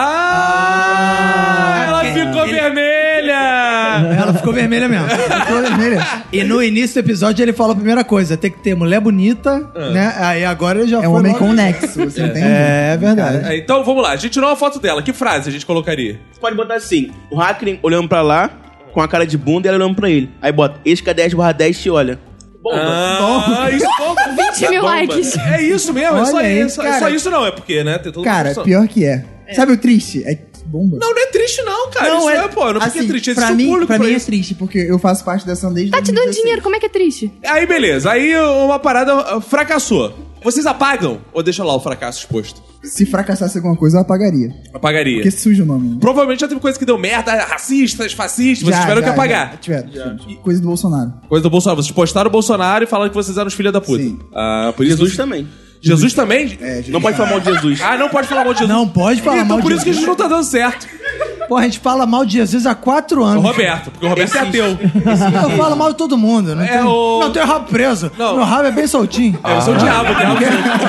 Ah! Ela ficou vermelha! Ela ficou vermelha mesmo. Ficou vermelha. E no início do episódio ele falou a primeira coisa: tem que ter mulher bonita, né? Aí agora ele já É um foi homem logo- com nexo, você entende? É verdade. É, então, vamos lá. A gente tirou uma foto dela. Que frase a gente colocaria? Você pode botar assim, o hacker olhando pra lá, com a cara de bunda e ela olhando pra ele. Aí bota, ex K dez barra dez te olha. Bomba. Ah, isso vinte mil Bomba. likes. É isso mesmo, é Olha só aí, isso. É cara. só isso não, é porque, né? Tem todo Cara, mundo. pior que é. Sabe o triste? É que bomba. Não, não é triste não, cara. isso é, pô, não fica assim, triste. pra Existe um mim, público pra pra mim é isso. triste, porque eu faço parte dessa ação desde Tá te dando dois mil e dezesseis. dinheiro, como é que é triste? Aí, beleza. Aí uma parada uh, fracassou. Vocês apagam ou deixa lá o fracasso exposto? Se fracassasse alguma coisa, eu apagaria. Apagaria. Porque suja o nome. Né? Provavelmente já teve coisa que deu merda, racistas, fascistas, vocês Já, tiveram já, que apagar. já, tiveram, tiveram. Coisa do Bolsonaro. Coisa do Bolsonaro. Vocês postaram o Bolsonaro e falaram que vocês eram os filhos da puta. Sim. Ah, por isso Jesus também. Jesus também? É, Não pode falar mal de Jesus. Ah, não pode falar mal de Jesus. Não pode falar então mal por de isso que a gente não tá dando certo. Pô, a gente fala mal de Jesus há quatro O anos. Roberto, porque o Roberto é ateu. Eu falo mal de todo mundo. Não, É tem, o- não tenho rabo preso. Não. Meu rabo é bem soltinho. Eu sou o diabo, o diabo.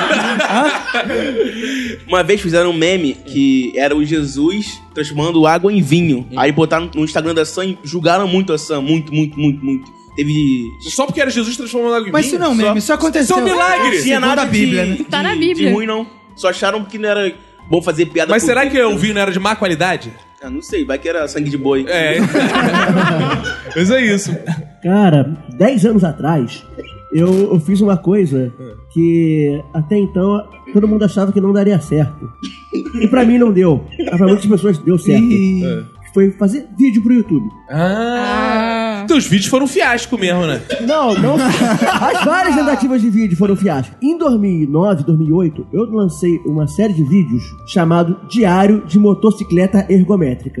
Uma vez fizeram um meme que era o Jesus transformando água em vinho. Aí botaram no Instagram da Sam e julgaram muito a Sam. Muito, muito, muito, muito. Teve... Só porque era Jesus transformando água em Mas vinho? isso não, mesmo. Isso aconteceu. Isso é um milagre. Não tinha Segundo nada a Bíblia, de, né? de- Tá na de Bíblia. ruim, não. Só acharam que não era bom fazer piada Mas por- será que o vinho não era de má qualidade? Ah, não sei, vai que era sangue de boi. É. Mas é isso. Cara, dez anos atrás, eu, eu fiz uma coisa que até então todo mundo achava que não daria certo. E pra mim não deu. Mas pra muitas pessoas deu certo. Ih. Foi fazer vídeo pro YouTube. Ah. Teus vídeos foram um fiasco mesmo, né? Não, não. As várias tentativas de vídeo foram fiasco. Em dois mil e nove, dois mil e oito, eu lancei uma série de vídeos chamado Diário de Motocicleta Ergométrica.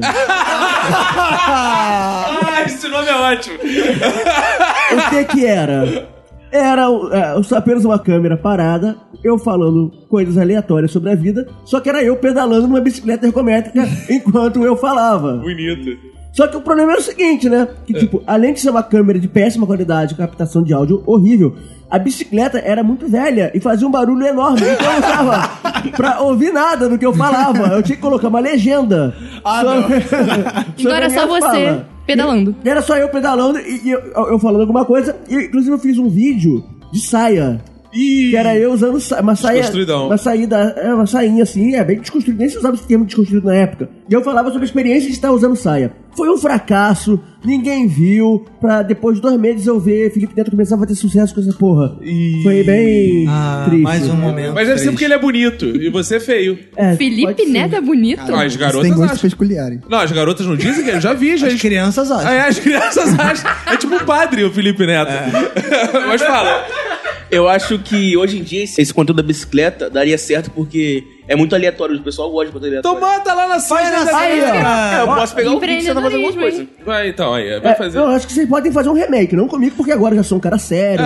Ah, esse nome é ótimo. O que que era? Era é, só apenas uma câmera parada, eu falando coisas aleatórias sobre a vida, só que era eu pedalando numa bicicleta ergométrica enquanto eu falava. Bonito. Só que o problema era o seguinte, né? Que, tipo, além de ser uma câmera de péssima qualidade, captação de áudio horrível, a bicicleta era muito velha e fazia um barulho enorme. Então não dava pra ouvir nada do que eu falava. Eu tinha que colocar uma legenda. Ah, sobre- Então sobre a era só minha você fala. pedalando. E era só eu pedalando e, e eu, eu falando alguma coisa. E, inclusive eu fiz um vídeo de saia. Ih. Que era eu usando sa- uma saia. Desconstruidão. Uma saída, é uma sainha assim, é bem desconstruído. Nem se usava esse termo desconstruído na época. E eu falava sobre a experiência de estar usando saia. Foi um fracasso, ninguém viu. Pra depois de dois meses eu ver Felipe Neto começava a ter sucesso com essa porra. Ih. Foi bem Ah, triste. mais um momento. Mas deve ser triste. porque ele é bonito e você é feio. É, Felipe pode ser. Neto é bonito? Ah, as Isso garotas tem gostos acham. peculiares. Não, as garotas não dizem que eu já vi, já. As crianças acham. Ah, é, as crianças acham. É tipo o padre, o Felipe Neto. Mas fala. Eu acho que hoje em dia esse esse conteúdo da bicicleta daria certo porque é muito aleatório. O pessoal gosta de conteúdo Então aleatório. bota lá na Faz saia. na Aí, saia, ó. cara. É, eu posso pegar o vídeo e você tá fazendo alguma Empreendedorismo, coisa. Vai então, aí. Vai É, fazer. eu acho que vocês podem fazer um remake, não comigo, porque agora eu já sou um cara sério,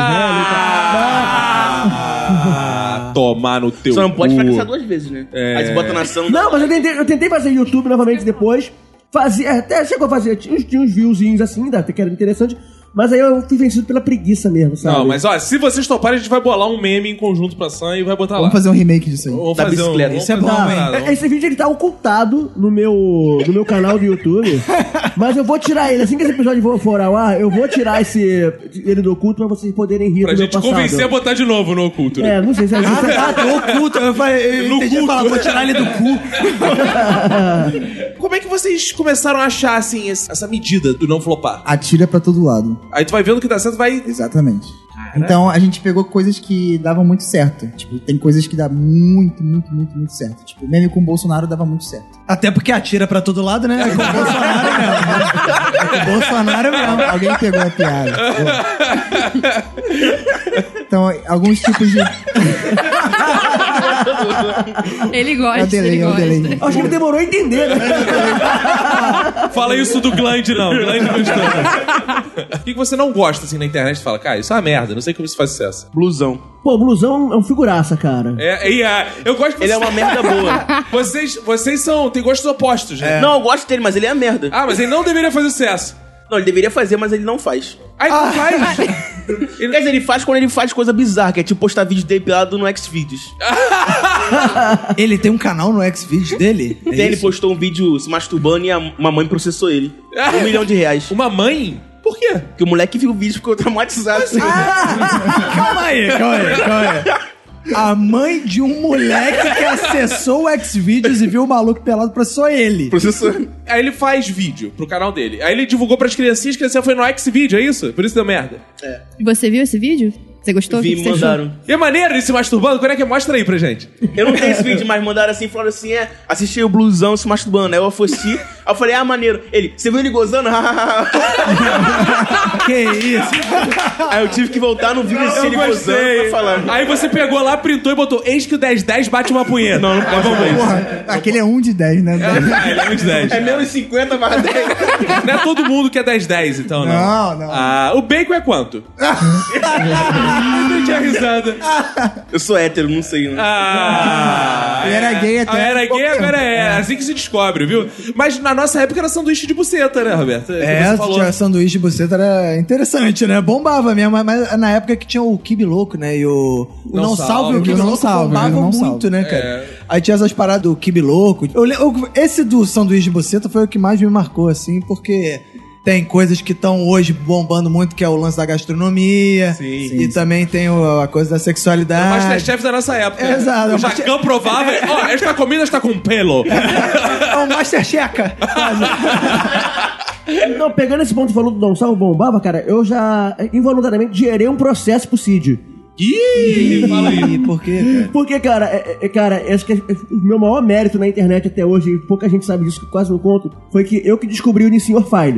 Ah, tomar no teu Só não pode cu. fracassar duas vezes, né? É. Aí você bota na ação. velho. Não, mas eu tentei, eu tentei fazer YouTube novamente depois. Fazia, até chegou a fazer, tinha, uns- tinha uns viewzinhos assim, até que era interessante. Mas aí eu fui vencido pela preguiça mesmo, sabe? Não, mas ó, se vocês toparem, a gente vai bolar um meme em conjunto pra Sam e vai botar lá. Vamos fazer um remake disso aí. Vamos Da fazer um- bicicleta. vamos Isso é fazer bom, uma hein? parada, É, Esse vídeo ele tá ocultado no meu, no meu canal do YouTube, mas eu vou tirar ele. Assim que esse episódio for- for ao ar, eu vou tirar esse, ele do oculto pra vocês poderem rir Pra do meu gente passado. convencer a botar de novo no oculto, né? É, não sei se é Ah, tá, tô oculto. Eu falei, eu No entendi culto. falar, vou tirar ele do cu. Como é que vocês começaram a achar, assim, esse- essa medida do não flopar? Atira pra todo lado. Aí tu vai vendo que dá certo, vai... Exatamente. Então a gente pegou coisas que davam muito certo. Tipo, tem coisas que dá muito, muito, muito, muito certo. Tipo, o meme com o Bolsonaro dava muito certo. Até porque atira pra todo lado, né? É com o Bolsonaro mesmo. É com o Bolsonaro mesmo. Alguém pegou a piada. Então, alguns tipos de. Ele gosta, É o delay, ele é o gosta. delay. Acho que ele demorou a entender, né? Fala isso do Gland, não. Gland gostou. O que que você não gosta, assim, na internet? Você fala, cara, isso é uma merda, não sei como isso faz sucesso. Blusão. Pô, o blusão é um figuraça, cara. É, e, ah, eu gosto que Ele é você- uma merda boa. Vocês, vocês são, tem gostos opostos, né? Não, eu gosto dele, mas ele é a merda. Ah, mas ele não deveria fazer sucesso. Não, ele deveria fazer, mas ele não faz. Aí não faz. Quer dizer, ele faz quando ele faz coisa bizarra, que é tipo postar vídeo dele pelado no Xvideos. Ele tem um canal no Xvideos dele? É Tem, ele isso? postou um vídeo se masturbando e a mamãe processou ele. Um milhão de reais. Uma mãe? Por quê? Porque o moleque viu o vídeo e ficou traumatizado. assim. Calma aí, calma aí, calma aí. A mãe de um moleque que acessou o Xvideos e viu o maluco pelado processou ele. Processou. Aí ele faz vídeo pro canal dele. Aí ele divulgou pras criancinhas, as criancinhas foi no Xvideo, é isso? Por isso deu merda. Você viu esse vídeo? Você gostou? Vi, O que que você mandaram. E é maneiro ele se masturbando? Quando é que é? Mostra aí pra gente. Eu não tenho esse vídeo, mas mandaram assim, falaram assim, é, assisti o blusão se masturbando. Aí eu assisti, aí eu falei, ah, maneiro. Ele, você viu ele gozando? Que isso? Aí eu tive que voltar no vídeo assistir Eu ele gozando pra falar. Aí você pegou lá, printou e botou, eis que o dez dez bate uma punheta. Não, não pode ver isso. Porra, aquele é um de dez, né? Ah, ele é um de dez. É menos cinquenta barra dez. Não é todo mundo que é dez dez, então, não. Não, não. Ah, o bacon é quanto? Não tinha risada. Eu sou hétero, não sei. Né? Ah, Ele era gay até Ah, era há pouco gay, agora tempo. é. É assim que se descobre, viu? Mas na nossa época era sanduíche de buceta, né, Roberto? Que É, você falou. tinha sanduíche de buceta, era interessante, né? Bombava mesmo, mas- mas na época que tinha o Kibe Louco, né? E o, o Não Não, Salve. Salve e o O Kibe Não Louco Salve, bombavam o Não muito, Salve. né, cara? É. Aí tinha essas paradas do Kibe Louco. Eu, le- eu- esse do sanduíche de buceta foi o que mais me marcou, assim, porque... Tem coisas que estão hoje bombando muito, que é o lance da gastronomia. Sim. E também tem o- a coisa da sexualidade. Masterchef da nossa época. É, exato. O Jacão provava. Ó, esta comida está com pelo. É o Master Checa. Não, pegando esse ponto que falou do Não Salvo bombava, cara, eu já involuntariamente gerei um processo pro Cid. Ih, fala aí. E por quê, cara? Porque, cara, é, é, cara, acho que é- é o meu maior mérito na internet até hoje, e pouca gente sabe disso, que eu quase não conto, foi que eu que descobri o Nissin File.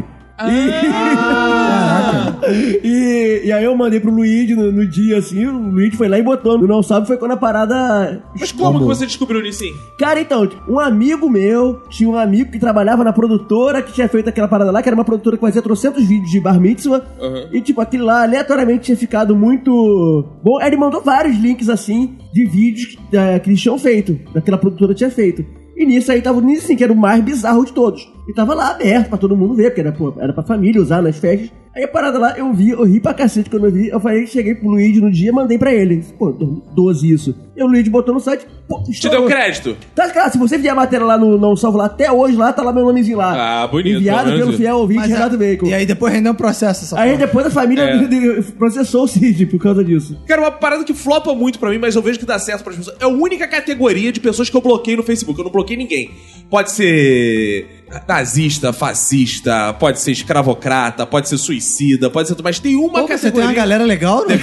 E, e aí eu mandei pro Luigi no, no dia, assim, o Luigi foi lá e botou. Não sabe, foi quando a parada... Mas como que você descobriu isso? Cara, então, um amigo meu, tinha um amigo que trabalhava na produtora, que tinha feito aquela parada lá, que era uma produtora que fazia trocentos vídeos de bar mitzvah, Uhum. e tipo, aquilo lá aleatoriamente tinha ficado muito bom. Aí ele mandou vários links, assim, de vídeos que, eh, que eles tinham feito, daquela produtora tinha feito. E nisso aí tava o Nissin, que era o mais bizarro de todos. E tava lá aberto pra todo mundo ver, porque era, pô, era pra família usar nas festas. Aí a parada lá, eu vi, eu ri pra cacete quando eu vi. Eu falei, cheguei pro Luigi no dia, mandei pra ele. Pô, doze isso. E o Luigi botou no site, pô, Te estourou. deu crédito? Tá, cara, se você vier a matéria lá no Não Salvo lá, até hoje lá, tá lá meu nomezinho lá. Ah, bonito, Enviado pelo menos pelo isso. fiel ouvinte Mas, Renato Bacon. E aí depois rendeu um processo essa Aí porra. depois a família É. de- de- processou o Cid por causa disso. Cara, uma parada que flopa muito pra mim, mas eu vejo que dá certo pras pessoas. É a única categoria de pessoas que eu bloqueio no Facebook. Eu não bloqueio ninguém. Pode ser nazista, fascista, pode ser escravocrata, pode ser suicida, pode ser... Mas tem uma Pô, você tem categoria... uma galera legal, né?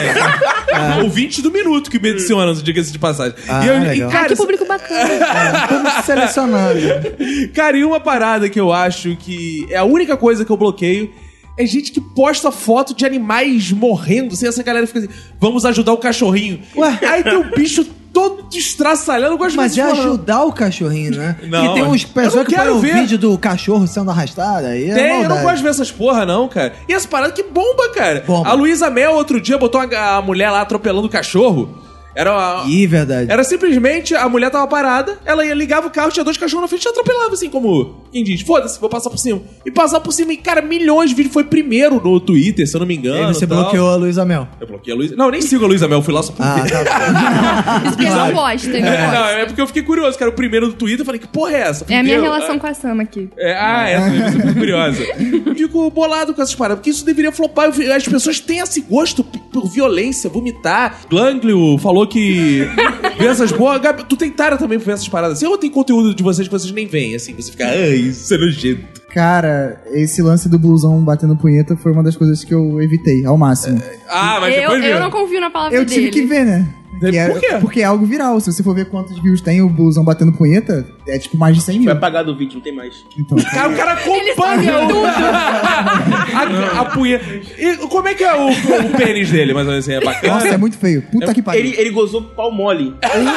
Ouvinte do Minuto que me adiciona, diga-se de passagem. Ah, e eu, e, legal. Ah, cara, que público bacana. Público selecionado. Cara, e uma parada que eu acho que é a única coisa que eu bloqueio é gente que posta foto de animais morrendo. Assim, essa galera fica assim, vamos ajudar o cachorrinho. Ué? Aí tem o bicho todo destraçalhando. Eu gosto Mas de é ajudar o cachorrinho, né? Não, que tem uns eu não pessoas que põem quero o ver. vídeo do cachorro sendo arrastado. Aí é Tem, eu não maldade. gosto de ver essas porra, não, cara. E essa parada que bomba, cara. Bomba. A Luísa Mel, outro dia, botou a, a mulher lá atropelando o cachorro. Era uma, Ih, verdade. Era simplesmente, a mulher tava parada, ela ia, ligava o carro, tinha dois cachorros na frente e atropelava, assim, como quem diz, foda-se, vou passar por cima. E passar por cima, e cara, milhões de vídeos, foi primeiro no Twitter, se eu não me E engano. aí você tal. bloqueou a Luísa Mel. Eu bloqueei a Luísa. Não, eu nem sigo a Luísa Mel, eu fui lá só por Ah, ver. tá. Isso porque ele não gosta, ele não É, não, gosta. é porque eu fiquei curioso, cara, o primeiro do Twitter, eu falei, que porra é essa? É a minha Porque eu- relação com a Sama aqui. É, ah, essa mesmo, você ficou curiosa. Eu fico bolado com essas paradas, porque isso deveria flopar. Eu vi- As pessoas têm esse gosto p- por violência, vomitar. Glanglio falou que vê essas boas. Gabi, tu tem tara também pra ver essas paradas assim? Ou tem conteúdo de vocês que vocês nem veem, assim? Você fica, ai, isso é nojento. Cara, esse lance do blusão batendo punheta foi uma das coisas que eu evitei ao máximo. Ah, mas Eu, depois eu viu. não confio na palavra Eu dele. tive que ver, né? Por Que é- quê? Porque é algo viral. Se você for ver quantos views tem o blusão batendo punheta, é tipo mais de cem mil. Vai apagar do vídeo, não tem mais. Então, Cara, o cara Ele acompanha sabe o... tudo. a, a punheta. E como é que é o, o pênis dele, mais ou menos assim? É bacana? nossa, é muito feio. Puta que pariu. Ele, ele gozou pau mole.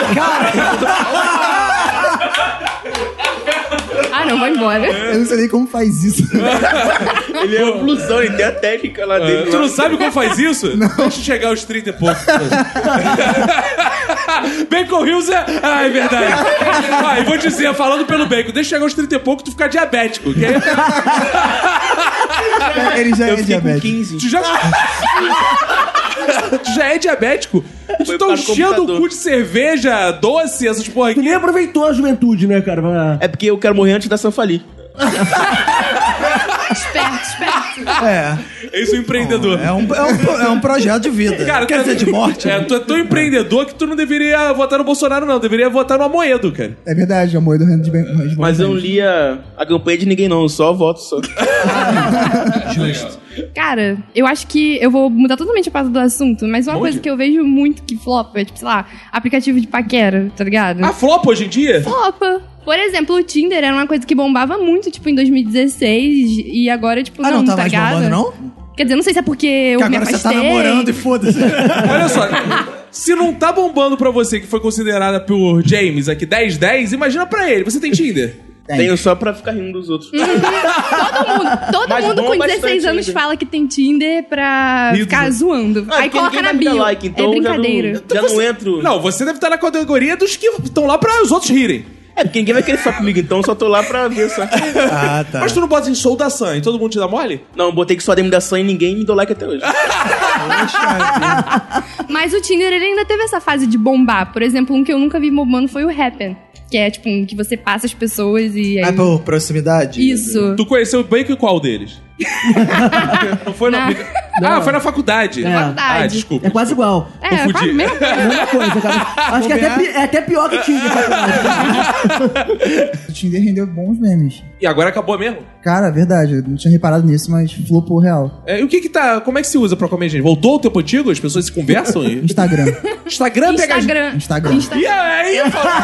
Ah, não, vai embora. Eu não sei nem como faz isso. Ele é um blusão, ele tem a técnica lá dele. Tu não sabe como faz isso? Não. Deixa eu chegar aos trinta e poucos. Bacon Hills é... Ah, é verdade. Ah, e vou dizer, falando pelo Bacon, deixa eu chegar aos trinta e poucos tu ficar diabético, ok? Ele já Eu é fiquei com diabético. quinze. Tu já... tu já é diabético? Tu Foi tá para o enchendo o computador. cu de cerveja, doce, essas porra Tu aqui. nem aproveitou a juventude, né, cara? Pra- É porque eu quero morrer antes da Sanfali. Esperto, esperto. É. Esse é o empreendedor. É um, é, um, é um projeto de vida. Cara, Quer tu dizer, de morte. É, tu é tão empreendedor que tu não deveria votar no Bolsonaro, não. Deveria votar no Amoedo, cara. É verdade, o Amoedo rende bem. rende bom Mas eu não rende. lia a campanha de ninguém, não. Eu só voto só. Cara, eu acho que eu vou mudar totalmente a pauta do assunto, mas uma Onde? coisa que eu vejo muito que flopa é, tipo, sei lá, aplicativo de paquera, tá ligado? Ah, flop hoje em dia? Flopa. Por exemplo, o Tinder era uma coisa que bombava muito, tipo, em dois mil e dezesseis, e agora, tipo, Ah, não, não tá tá mais ligado? bombando, não? Quer dizer, não sei se é porque eu Que me agora você tá afastei. namorando e foda-se. Olha só, se não tá bombando pra você, que foi considerada por James aqui dez dez, imagina pra ele. Você tem Tinder? Tem. Tenho só pra ficar rindo dos outros. Todo mundo, todo Mas mundo bomba com dezesseis bastante anos ainda. fala que tem Tinder pra Rir ficar dos- zoando. Ah, Aí porque coloca ninguém na vai me dar bio. like, então é já não- brincadeira. Já não, entro. Não, você deve estar na categoria dos que estão lá pra os outros rirem. É, porque ninguém vai querer ficar comigo, então eu só tô lá pra ver só. Ah, tá. Mas tu não bota em soldação e todo mundo te dá mole? Não, eu botei que só dei da sangue e ninguém me deu like até hoje. Mas o Tinder, ele ainda teve essa fase de bombar. Por exemplo, um que eu nunca vi bombando foi o Happn. Que é, tipo, um que você passa as pessoas e... Aí... Ah, por proximidade? Isso. Tu conheceu o Bacon e qual deles? Não foi na... Na- Ah, foi na faculdade. É. Ah, Faculdade. desculpa. É quase igual. É, Confundi. quase a mesma coisa. Mesma coisa, cara. Acho que é até, pi- é até pior que Tinder, cara. O Tinder rendeu bons memes. E agora acabou mesmo? Cara, verdade, eu não tinha reparado nisso, mas flopou real. É, e o que que tá... Como é que se usa pra comer, gente? Voltou o tempo antigo? As pessoas se conversam? E... Instagram. Instagram pega... Instagram. Instagram. Insta- E aí?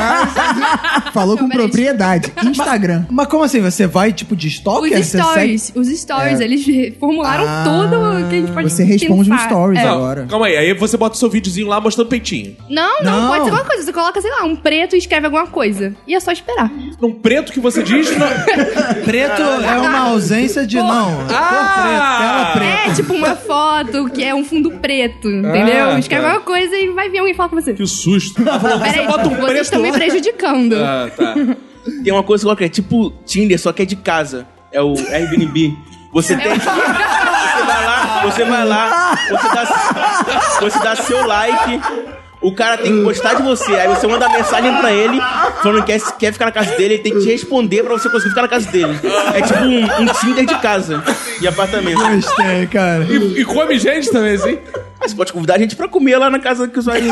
Falou com Peraí. propriedade. Instagram. Mas como assim? Você vai, tipo, de Os stalker? Você stories. Os stories. Eles formularam Ah, tudo o que a gente pode Você responde no pensar. stories É. agora. Calma aí, aí você bota o seu videozinho lá mostrando peitinho. Não, não, Não. pode ser qualquer coisa. Você coloca, sei lá, um preto e escreve alguma coisa. E é só esperar. Num preto que você diz... Não... Preto é uma ausência de... Não. Ah! Cor preta, tela preta. É tipo uma foto que é um fundo preto, entendeu? Ah, Escreve tá. alguma coisa e vai vir alguém falar com você. Que susto. Ela falou, você Peraí, bota um vocês preto estão me lá. prejudicando. Ah, tá. Tem uma coisa que eu coloquei, é tipo Tinder, só que é de casa. É o Airbnb. Você tem. Você vai lá, você vai lá, você dá, você dá seu like. O cara tem que gostar de você. Aí você manda mensagem pra ele, falando que quer, quer ficar na casa dele. Ele tem que te responder pra você conseguir ficar na casa dele. É tipo um, um Tinder de casa, de apartamento. Gostei, cara. E, e come gente também, assim? Mas você pode convidar a gente pra comer lá na casa que os vai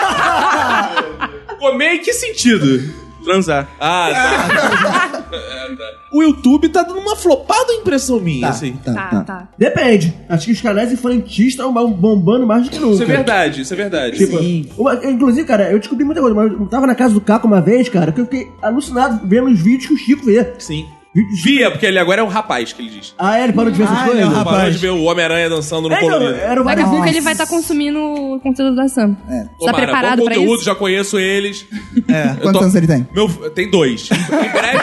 Comer em que sentido? transar. Ah, tá. É, tá. O YouTube tá dando uma flopada impressão minha, assim. Tá, Tá, tá. tá. Depende. Acho que os canais infantis estão bombando mais do que nunca. Isso é verdade, isso é verdade. Tipo, uma- inclusive, cara, eu descobri muita coisa, mas eu tava na casa do Caco uma vez, cara, que eu fiquei alucinado vendo os vídeos que o Chico vê. Sim. Vídeos- Via, porque ele agora é um rapaz, que ele diz. Ah, é? Ele parou de ver essas Ah, ele é coisas? um rapaz. Parou de ver o Homem-Aranha dançando no É, então, colorido. era o Daqui a pouco Nossa. ele vai estar consumindo o conteúdo da Sam. Você tá Tomara, preparado bom pra conteúdo, isso? já conheço eles. É. Eu Quantos tô- anos ele tem? Meu, tem dois. Em breve.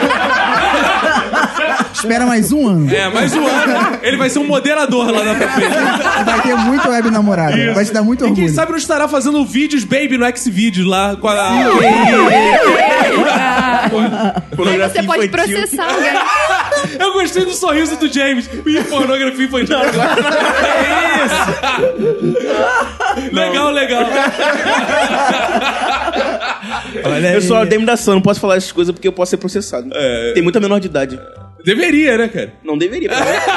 Espera mais um ano. É, mais um ano. Ele vai ser um moderador lá na P P. Vai ter muito web namorada. Vai te dar muito E quem orgulho. sabe não estará fazendo vídeos baby no Xvideos lá com a. Aí Pornografia você pode infantil. processar alguém. Eu gostei do sorriso do James. Ih, pornografia infantil. É isso! Legal, legal. Olha Eu aí. sou a Demi da Sam, não posso falar essas coisas porque eu posso ser processado. É. Tem muita menor de idade. Deveria, né, cara? Não deveria.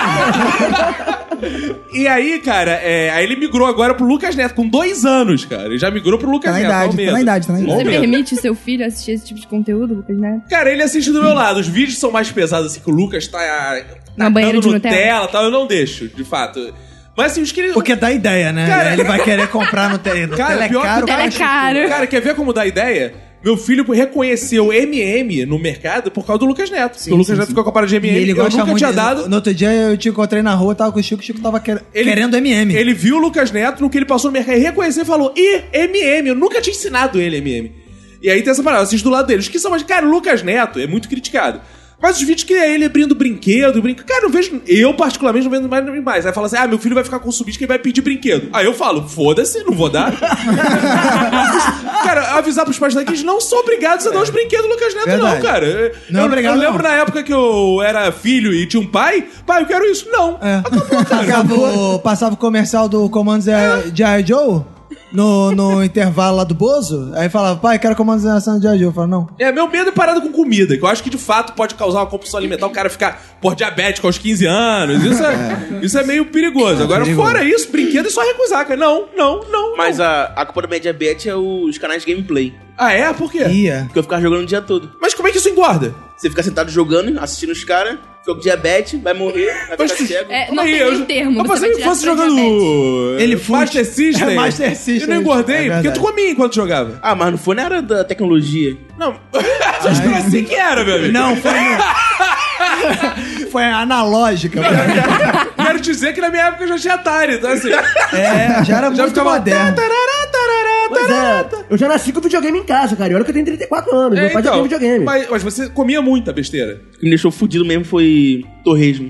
E aí, cara, é, aí ele migrou agora pro Lucas Neto, com dois anos, cara. Ele já migrou pro Lucas Tá na Neto. idade, ao tá medo. na idade, tá na idade. Ao Você medo. permite o seu filho assistir esse tipo de conteúdo, Lucas, né? Cara, ele assiste do meu lado. Os vídeos são mais pesados, assim, que o Lucas tá Na banheira de Nutella Nutella. e tal. Eu não deixo, de fato. Mas assim, os que ele... Porque dá ideia, né? Cara- Ele vai querer comprar no terreno. Cara, é pior que caro. o Nutella é caro. Cara, quer ver como dá ideia? Meu filho reconheceu M M no mercado por causa do Lucas Neto. Porque o Lucas Neto ficou com a parada de M E M. ele Eu gosta nunca muito. tinha de- dado... No outro dia eu te encontrei na rua, tava com o Chico, o Chico tava quer- Ele- querendo M M. Ele viu o Lucas Neto no que ele passou no mercado e reconheceu e falou: Ih, M M, eu nunca tinha ensinado ele M M. E aí tem essa parada, eu assisto do lado dele. Os que são mais. Cara, o Lucas Neto é muito criticado. Mas os vídeos que é ele abrindo brinquedo, brinquedo. Cara, eu vejo. Eu, particularmente, não vendo mais nem mais. Aí fala assim: ah, meu filho vai ficar com subir que ele vai pedir brinquedo. Aí eu falo: foda-se, não vou dar. Cara, avisar pros pais daqui, eles não são obrigados a dar os brinquedos do Lucas Neto, Verdade. não, cara. Não é eu, obrigado, eu lembro não. na época que eu era filho e tinha um pai, pai, eu quero isso. Não. É. Acabou, cara. Acabou, passava o comercial do Comandos de I. Joe no, no intervalo lá do Bozo. Aí falava, pai, quero Comandos de Ação de I. Joe. Eu falava, não. É, meu medo é parado com comida, que eu acho que de fato pode causar uma compulsão alimentar, o cara ficar por diabético aos quinze anos. Isso é, isso é meio perigoso. Agora, perigoso. fora isso, brinquedo é só recusar, cara. Não, não, não. Mas não. a, a culpa da minha diabetes é os canais de gameplay. Ah, é? Por quê? Ia. Porque eu ficava jogando o dia todo. Mas como é que isso engorda? Você fica sentado jogando, assistindo os caras, fica com diabetes, vai morrer, vai Mas ficar tu- cego. É, Calma não aí, tem eu, meio termo. eu você passei vai a direto infância pra jogando diabetes. Ele fute. Master System. É, Master System. Eu não engordei, É porque verdade. tu comia enquanto jogava. Ah, mas não foi na era da tecnologia. Não. Vocês não assim que era, meu amigo. Não, foi. Foi analógica. velho. Quero dizer que na minha época eu já tinha Atari, então assim. É, já era muito ficava- moderno. Pois é, eu já nasci com videogame em casa, cara. E olha que eu tenho trinta e quatro anos, É, meu pai já então, tem videogame. Mas, mas você comia muita besteira. O que me deixou fudido mesmo foi torresmo.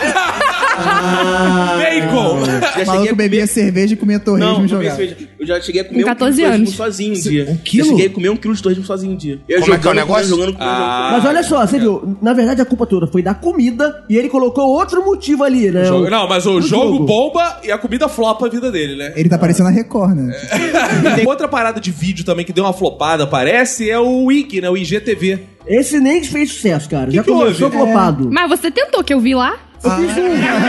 Bacon! Já O cheguei a maluco bebia comer... cerveja e comia torresmo Não, e não jogava. fiz cerveja. Eu já cheguei a comer Com um catorze quilo de torresmo anos. sozinho um dia. Um quilo? Eu cheguei a comer um quilo de torresmo sozinho um dia. Eu Como é que é o jogando, negócio? Jogando, jogando, Ah. Mas olha só, você viu, na verdade a culpa toda foi da comida e ele colocou outro motivo ali, né? Jogo- O- Não, mas o o jogo, jogo. bomba e a comida flopa a vida dele, né? Ele tá parecendo a Record, né? Outra parada de vídeo também que deu uma flopada, parece, é o I G, né? O I G T V. Esse nem fez sucesso, cara. Já que começou houve? flopado. Mas você tentou, que eu vi lá. Eu fiz um.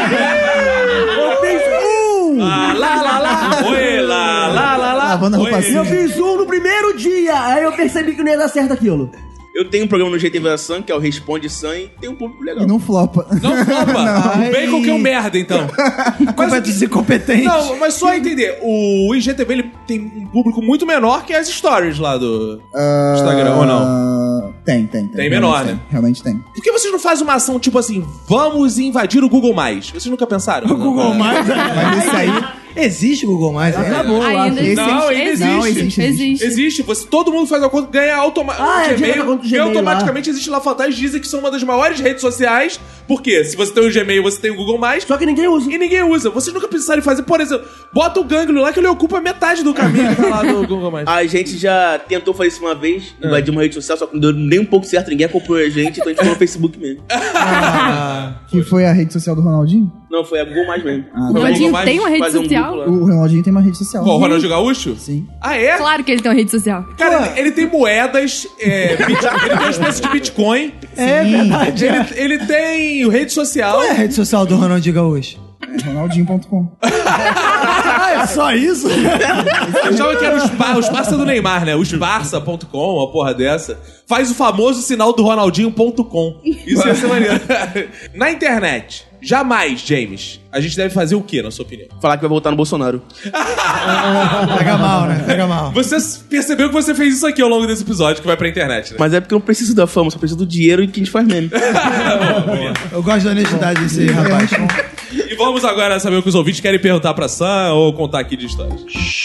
Eu fiz um. Ah, lá, lá, lá. Oi, lá, lá, lá, lá. Lavando a roupa Oi. assim. Eu fiz um no primeiro dia. Aí eu percebi que não ia dar certo aquilo. Eu tenho um programa no G T V da Sam, que é o Responde Sam, e tem um público legal. E não flopa. Não flopa. O bacon que é um merda, então. Culpa dos incompetentes. Não, mas só entender. O I G T V ele tem um público muito menor que as stories lá do Instagram, ou não? Ah, Tem, tem, tem. Tem Realmente menor, tem, né? Realmente tem. Por que vocês não fazem uma ação tipo assim, vamos invadir o Google Mais? Vocês nunca pensaram? O Google Mais. Mas isso aí... Existe o Google Mais, né? Acabou, eu acho. Ainda Esse- Não, ainda existe. Não, existe, Existe. Existe, você, todo mundo faz uma conta, ganha automaticamente. Ah, é, direto a conta do e Gmail automaticamente existe lá fantasmas, dizem que são uma das maiores redes sociais. Por quê? Se você tem o Gmail, você tem o Google Mais. Só que ninguém usa. E ninguém usa. Vocês nunca pensaram em fazer, por exemplo, bota o Ganglio lá que ele ocupa metade do caminho que tá lá do Google Mais. A gente já tentou fazer isso uma vez, invadir uma rede social, só que não deu nem um pouco certo, ninguém acompanhou a gente, então a gente ficou no Facebook mesmo. Que foi a rede social do Ronaldinho? Não, foi a Google Mais mesmo. Ah, O Google Ronaldinho Mais, tem uma rede fazer um social? grupo lá. O Ronaldinho tem uma rede social. Qual, o Ronaldinho Gaúcho? Sim. Ah, é? Claro que ele tem uma rede social. Cara, ele, ele tem moedas, é, bit- ele tem uma espécie de Bitcoin. É verdade. Ele, ele tem rede social. Qual é a rede social do Ronaldinho Gaúcho? É ronaldinho ponto com. Ah, é só isso? Eu achava que era os, pa- os parça do Neymar, né? Os barça ponto com, uma porra dessa. Faz o famoso sinal do Ronaldinho ponto com. Isso ia ser maneiro. Na internet, jamais, James, a gente deve fazer o quê, na sua opinião? Falar que vai votar no Bolsonaro. Pega mal, né? Pega mal. Você percebeu que você fez isso aqui ao longo desse episódio, que vai pra internet, né? Mas é porque eu não preciso da fama, só preciso do dinheiro e que a gente faz meme. Eu gosto da honestidade desse rapaz. E vamos agora saber o que os ouvintes querem perguntar pra Sam ou contar aqui de histórias.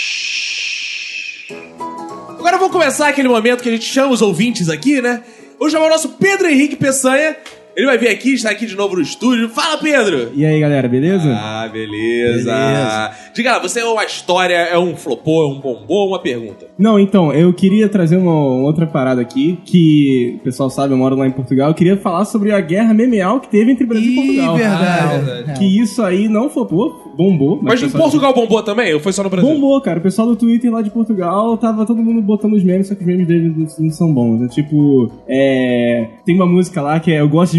Agora vamos começar aquele momento que a gente chama os ouvintes aqui, né? Vou chamar o nosso Pedro Henrique Peçanha. Ele vai vir aqui, está aqui de novo no estúdio. Fala, Pedro! E aí, galera, beleza? Ah, beleza. Beleza. Diga lá, você é uma história, é um flopô, é um bombô, uma pergunta. Não, então, eu queria trazer uma outra parada aqui, que o pessoal sabe, eu moro lá em Portugal. Eu queria falar sobre a guerra memeal que teve entre Brasil e Portugal. verdade. Ah, é verdade. Que isso aí não flopou, bombou. Mas em pessoal- Portugal bombou também? Ou foi só no Brasil? Bombou, cara. O pessoal do Twitter lá de Portugal tava todo mundo botando os memes, só que os memes deles não- não são bons. É tipo, é... tem uma música lá que é Eu Gosto de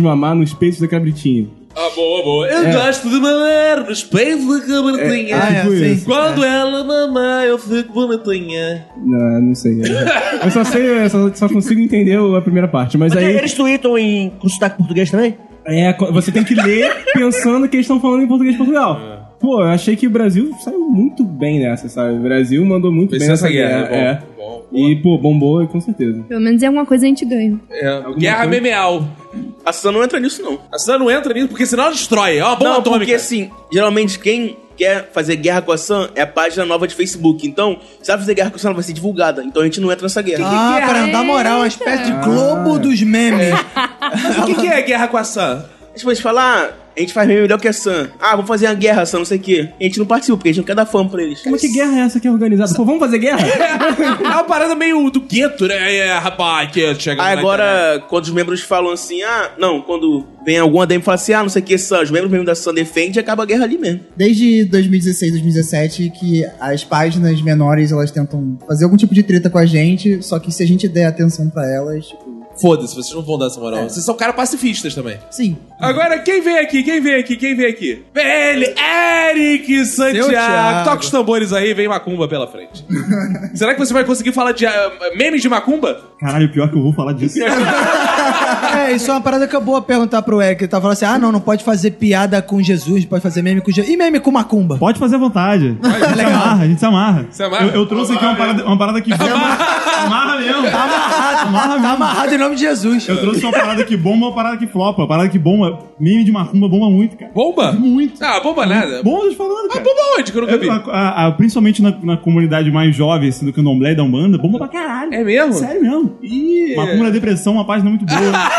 mamar nos peitos da cabritinha. Ah, boa, boa. Eu é. gosto de mamar nos peitos da cabritinha. É, é, tipo é, isso. Quando é. ela mamar, eu fico bonitinha. Não, não sei. Eu só sei, eu só, só consigo entender a primeira parte. Mas, mas aí... Eles tweetam em, com sotaque português também? É, você tem que ler pensando que eles estão falando em português de Portugal. É. Pô, eu achei que o Brasil saiu muito bem nessa, sabe? O Brasil mandou muito bem nessa guerra. guerra. É. Bom, bom. E, pô, bombou com certeza. Pelo menos é alguma coisa a gente ganha. É. Guerra coisa? memeal. A Sam não entra nisso, não. A Sam não entra nisso, porque senão ela destrói. É uma bomba não, atômica. Porque, assim, geralmente quem quer fazer guerra com a Sam é a página nova de Facebook. Então, se ela fazer guerra com a Sam, ela vai ser divulgada. Então a gente não entra nessa guerra. Ah, que que pra não dar moral, uma espécie de Globo dos memes. Mas o que, que é guerra com a Sam? Tipo, a gente fala, ah, a gente faz meme melhor que a Sam. Ah, vamos fazer uma guerra, Sam, não sei o quê. A gente não participa, porque a gente não quer dar fama pra eles. Como que guerra é essa que é organizada? Pô, vamos fazer guerra? É uma parada meio do gueto, né? É, rapaz, que chega. Aí agora, quando os membros falam assim, ah, não, quando vem algum A D M e fala assim, ah, não sei o que, Sam, os membros mesmo da Sam defendem, acaba a guerra ali mesmo. Desde dois mil e dezesseis, dois mil e dezessete, que as páginas menores, elas tentam fazer algum tipo de treta com a gente, só que se a gente der atenção pra elas, tipo... Foda-se, vocês não vão dar essa moral. É. Vocês são caras pacifistas também. Sim. Agora, quem vem aqui? Quem vem aqui? Quem vem aqui? Vem ele, Eric Santiago. Thiago. Toca os tambores aí, vem Macumba pela frente. Será que você vai conseguir falar de uh, memes de Macumba? Caralho, pior que eu vou falar disso. É, isso é uma parada que é boa perguntar pro Eric. Ele tá falando assim, ah, não, não pode fazer piada com Jesus, pode fazer meme com Jesus. E meme com Macumba? Pode fazer à vontade. A gente se amarra, a gente se amarra. Se amarra? Eu, eu trouxe aqui uma parada, uma parada que... Amarra, amarra mesmo. Tá amarrado. Amarra mesmo. Tá amarrado em nome de Jesus. Eu trouxe uma parada que bomba, uma parada que flopa. Uma parada que bomba, meme de Macumba bomba muito, cara. Bomba? Muito. Ah, bomba nada. Bomba, tô te falando, cara. Ah, bomba onde? Que eu nunca vi. É, a, a, principalmente na, na comunidade mais jovem, assim, do Candomblé e da Umbanda, bomba pra caralho. É mesmo? Sério mesmo. Ih. Macumba na depressão, uma página muito boa.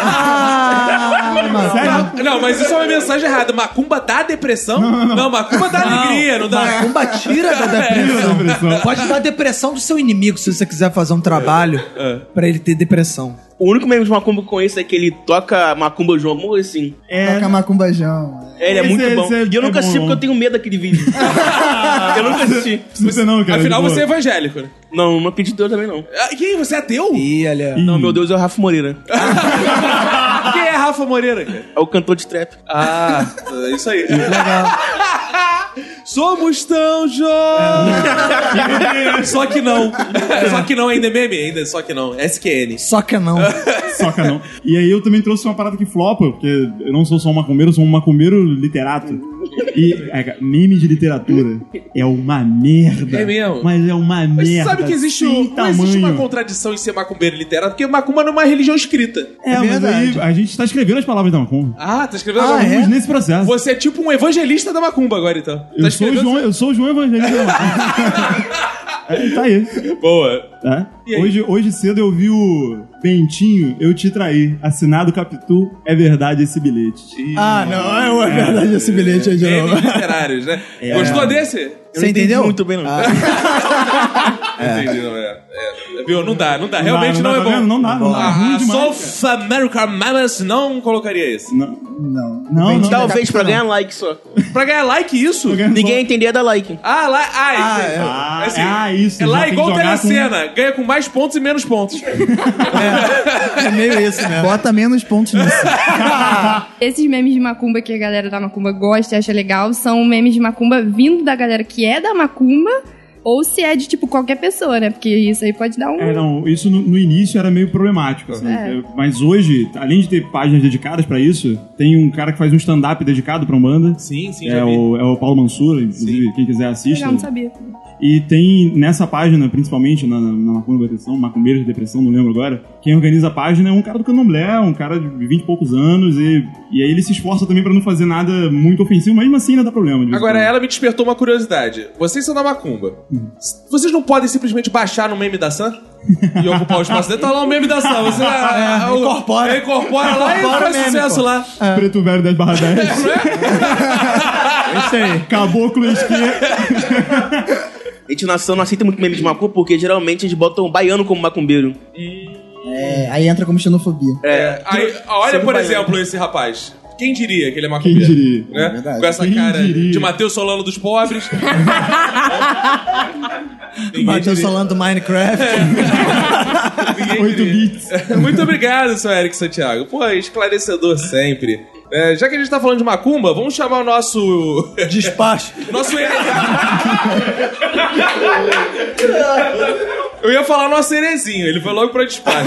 Ah, sério? Não, mas isso é uma mensagem errada. Macumba dá depressão? Não, não, não. não Macumba dá não, alegria, não dá. Macumba tira da depressão. depressão. Pode dar depressão do seu inimigo se você quiser fazer um trabalho é. pra ele ter depressão. O único meme de Macumba que eu conheço é que ele toca Macumba João, alguma coisa assim. É. Toca Macumba João. É, ele é esse muito é, bom. É, e eu nunca é assisti bom, porque eu tenho medo daquele vídeo. Eu nunca assisti. Você não, cara. Afinal, você é evangélico, né? Não, não acredito em Deus também, não. Ah, quem? Você é ateu? Ih, olha. Não, meu Deus é o Rafa Moreira. Quem é Rafa Moreira, cara? É o cantor de trap. Ah, é isso aí. Legal. Somos tão jovens. Só que não. Só que não ainda é meme, ainda só que não. S Q N. Só que não. Só que não. E aí eu também trouxe uma parada que flopa, porque eu não sou só um macumbeiro, eu sou um macumbeiro literato. E é, meme de literatura é uma merda. É mesmo? Mas é uma Mas merda. Sabe que existe, um, não existe uma contradição em ser macumbeiro literato, porque macumba não é uma religião escrita. É, é mas aí a gente tá escrevendo as palavras da macumba. Ah, tá escrevendo ah, a macumba. É? Nesse processo. Você é tipo um evangelista da macumba agora, então. Eu, tá sou, o João, eu sou o João Evangelista da macumba. É, tá aí. Boa. É? Hoje, hoje cedo eu vi o Bentinho, eu te traí. Assinado Capitu, é verdade esse bilhete. Ah, não, é, é verdade esse bilhete aí de novo. Literários, né? É. Gostou desse? Você entendeu? Muito bem, não. Ah. É. Entendi, não é. é. Viu? Não dá, não dá. Realmente não, não, não é bom. Não dá, não dá. A, a South American Mamas não colocaria isso. Não. Não. não, não Talvez pra ganhar like só. Pra ganhar like, isso? Ninguém entendia da like. Ah, lá, ah, ah, é, ah, assim, ah isso. É lá igual telecena. Com... Ganha com mais pontos e menos pontos. É, é meio isso mesmo. Bota menos pontos nisso. Esses memes de macumba que a galera da macumba gosta e acha legal são memes de macumba vindo da galera que é da macumba, ou se é de, tipo, qualquer pessoa, né? Porque isso aí pode dar um... É, não, isso no, no início era meio problemático, assim. É. Mas hoje, além de ter páginas dedicadas pra isso, tem um cara que faz um stand-up dedicado pra Umbanda. Sim, sim, é já vi. o, é o Paulo Mansura, inclusive, sim. Quem quiser assista. Eu não sabia. E tem nessa página, principalmente na, na Macumba Depressão, Macumbeiros de Depressão, não lembro agora, quem organiza a página é um cara do Candomblé, um cara de vinte e poucos anos, e, e aí ele se esforça também pra não fazer nada muito ofensivo, mas mesmo assim ainda dá problema. Agora, ela me despertou uma curiosidade. Vocês são da Macumba. Hum. Vocês não podem simplesmente baixar no meme da Sam e ocupar o espaço dele? Tá lá o meme da Sam. Você é, é, incorpora. Incorpora lá incorpora e faz meme, sucesso pô. Lá. É. Preto Velho dez barra dez. É, isso aí. Caboclo esquerdo. A gente nação não aceita muito meme de macumba porque geralmente eles botam baiano como macumbeiro. É, aí entra como xenofobia. É, aí, olha, por exemplo, esse rapaz. Quem diria que ele é macumbeiro? Quem diria? Né? É verdade. Com essa Quem cara diria? de Matheus Solano dos pobres. Ninguém Matheus diria. falando do Minecraft. Ninguém oito diria. bits. Muito obrigado, seu Eric Santiago. Pô, esclarecedor sempre. É, já que a gente tá falando de macumba, vamos chamar o nosso... Despacho. Nosso heresia. Eu ia falar nosso heresinho, ele foi logo pra despacho.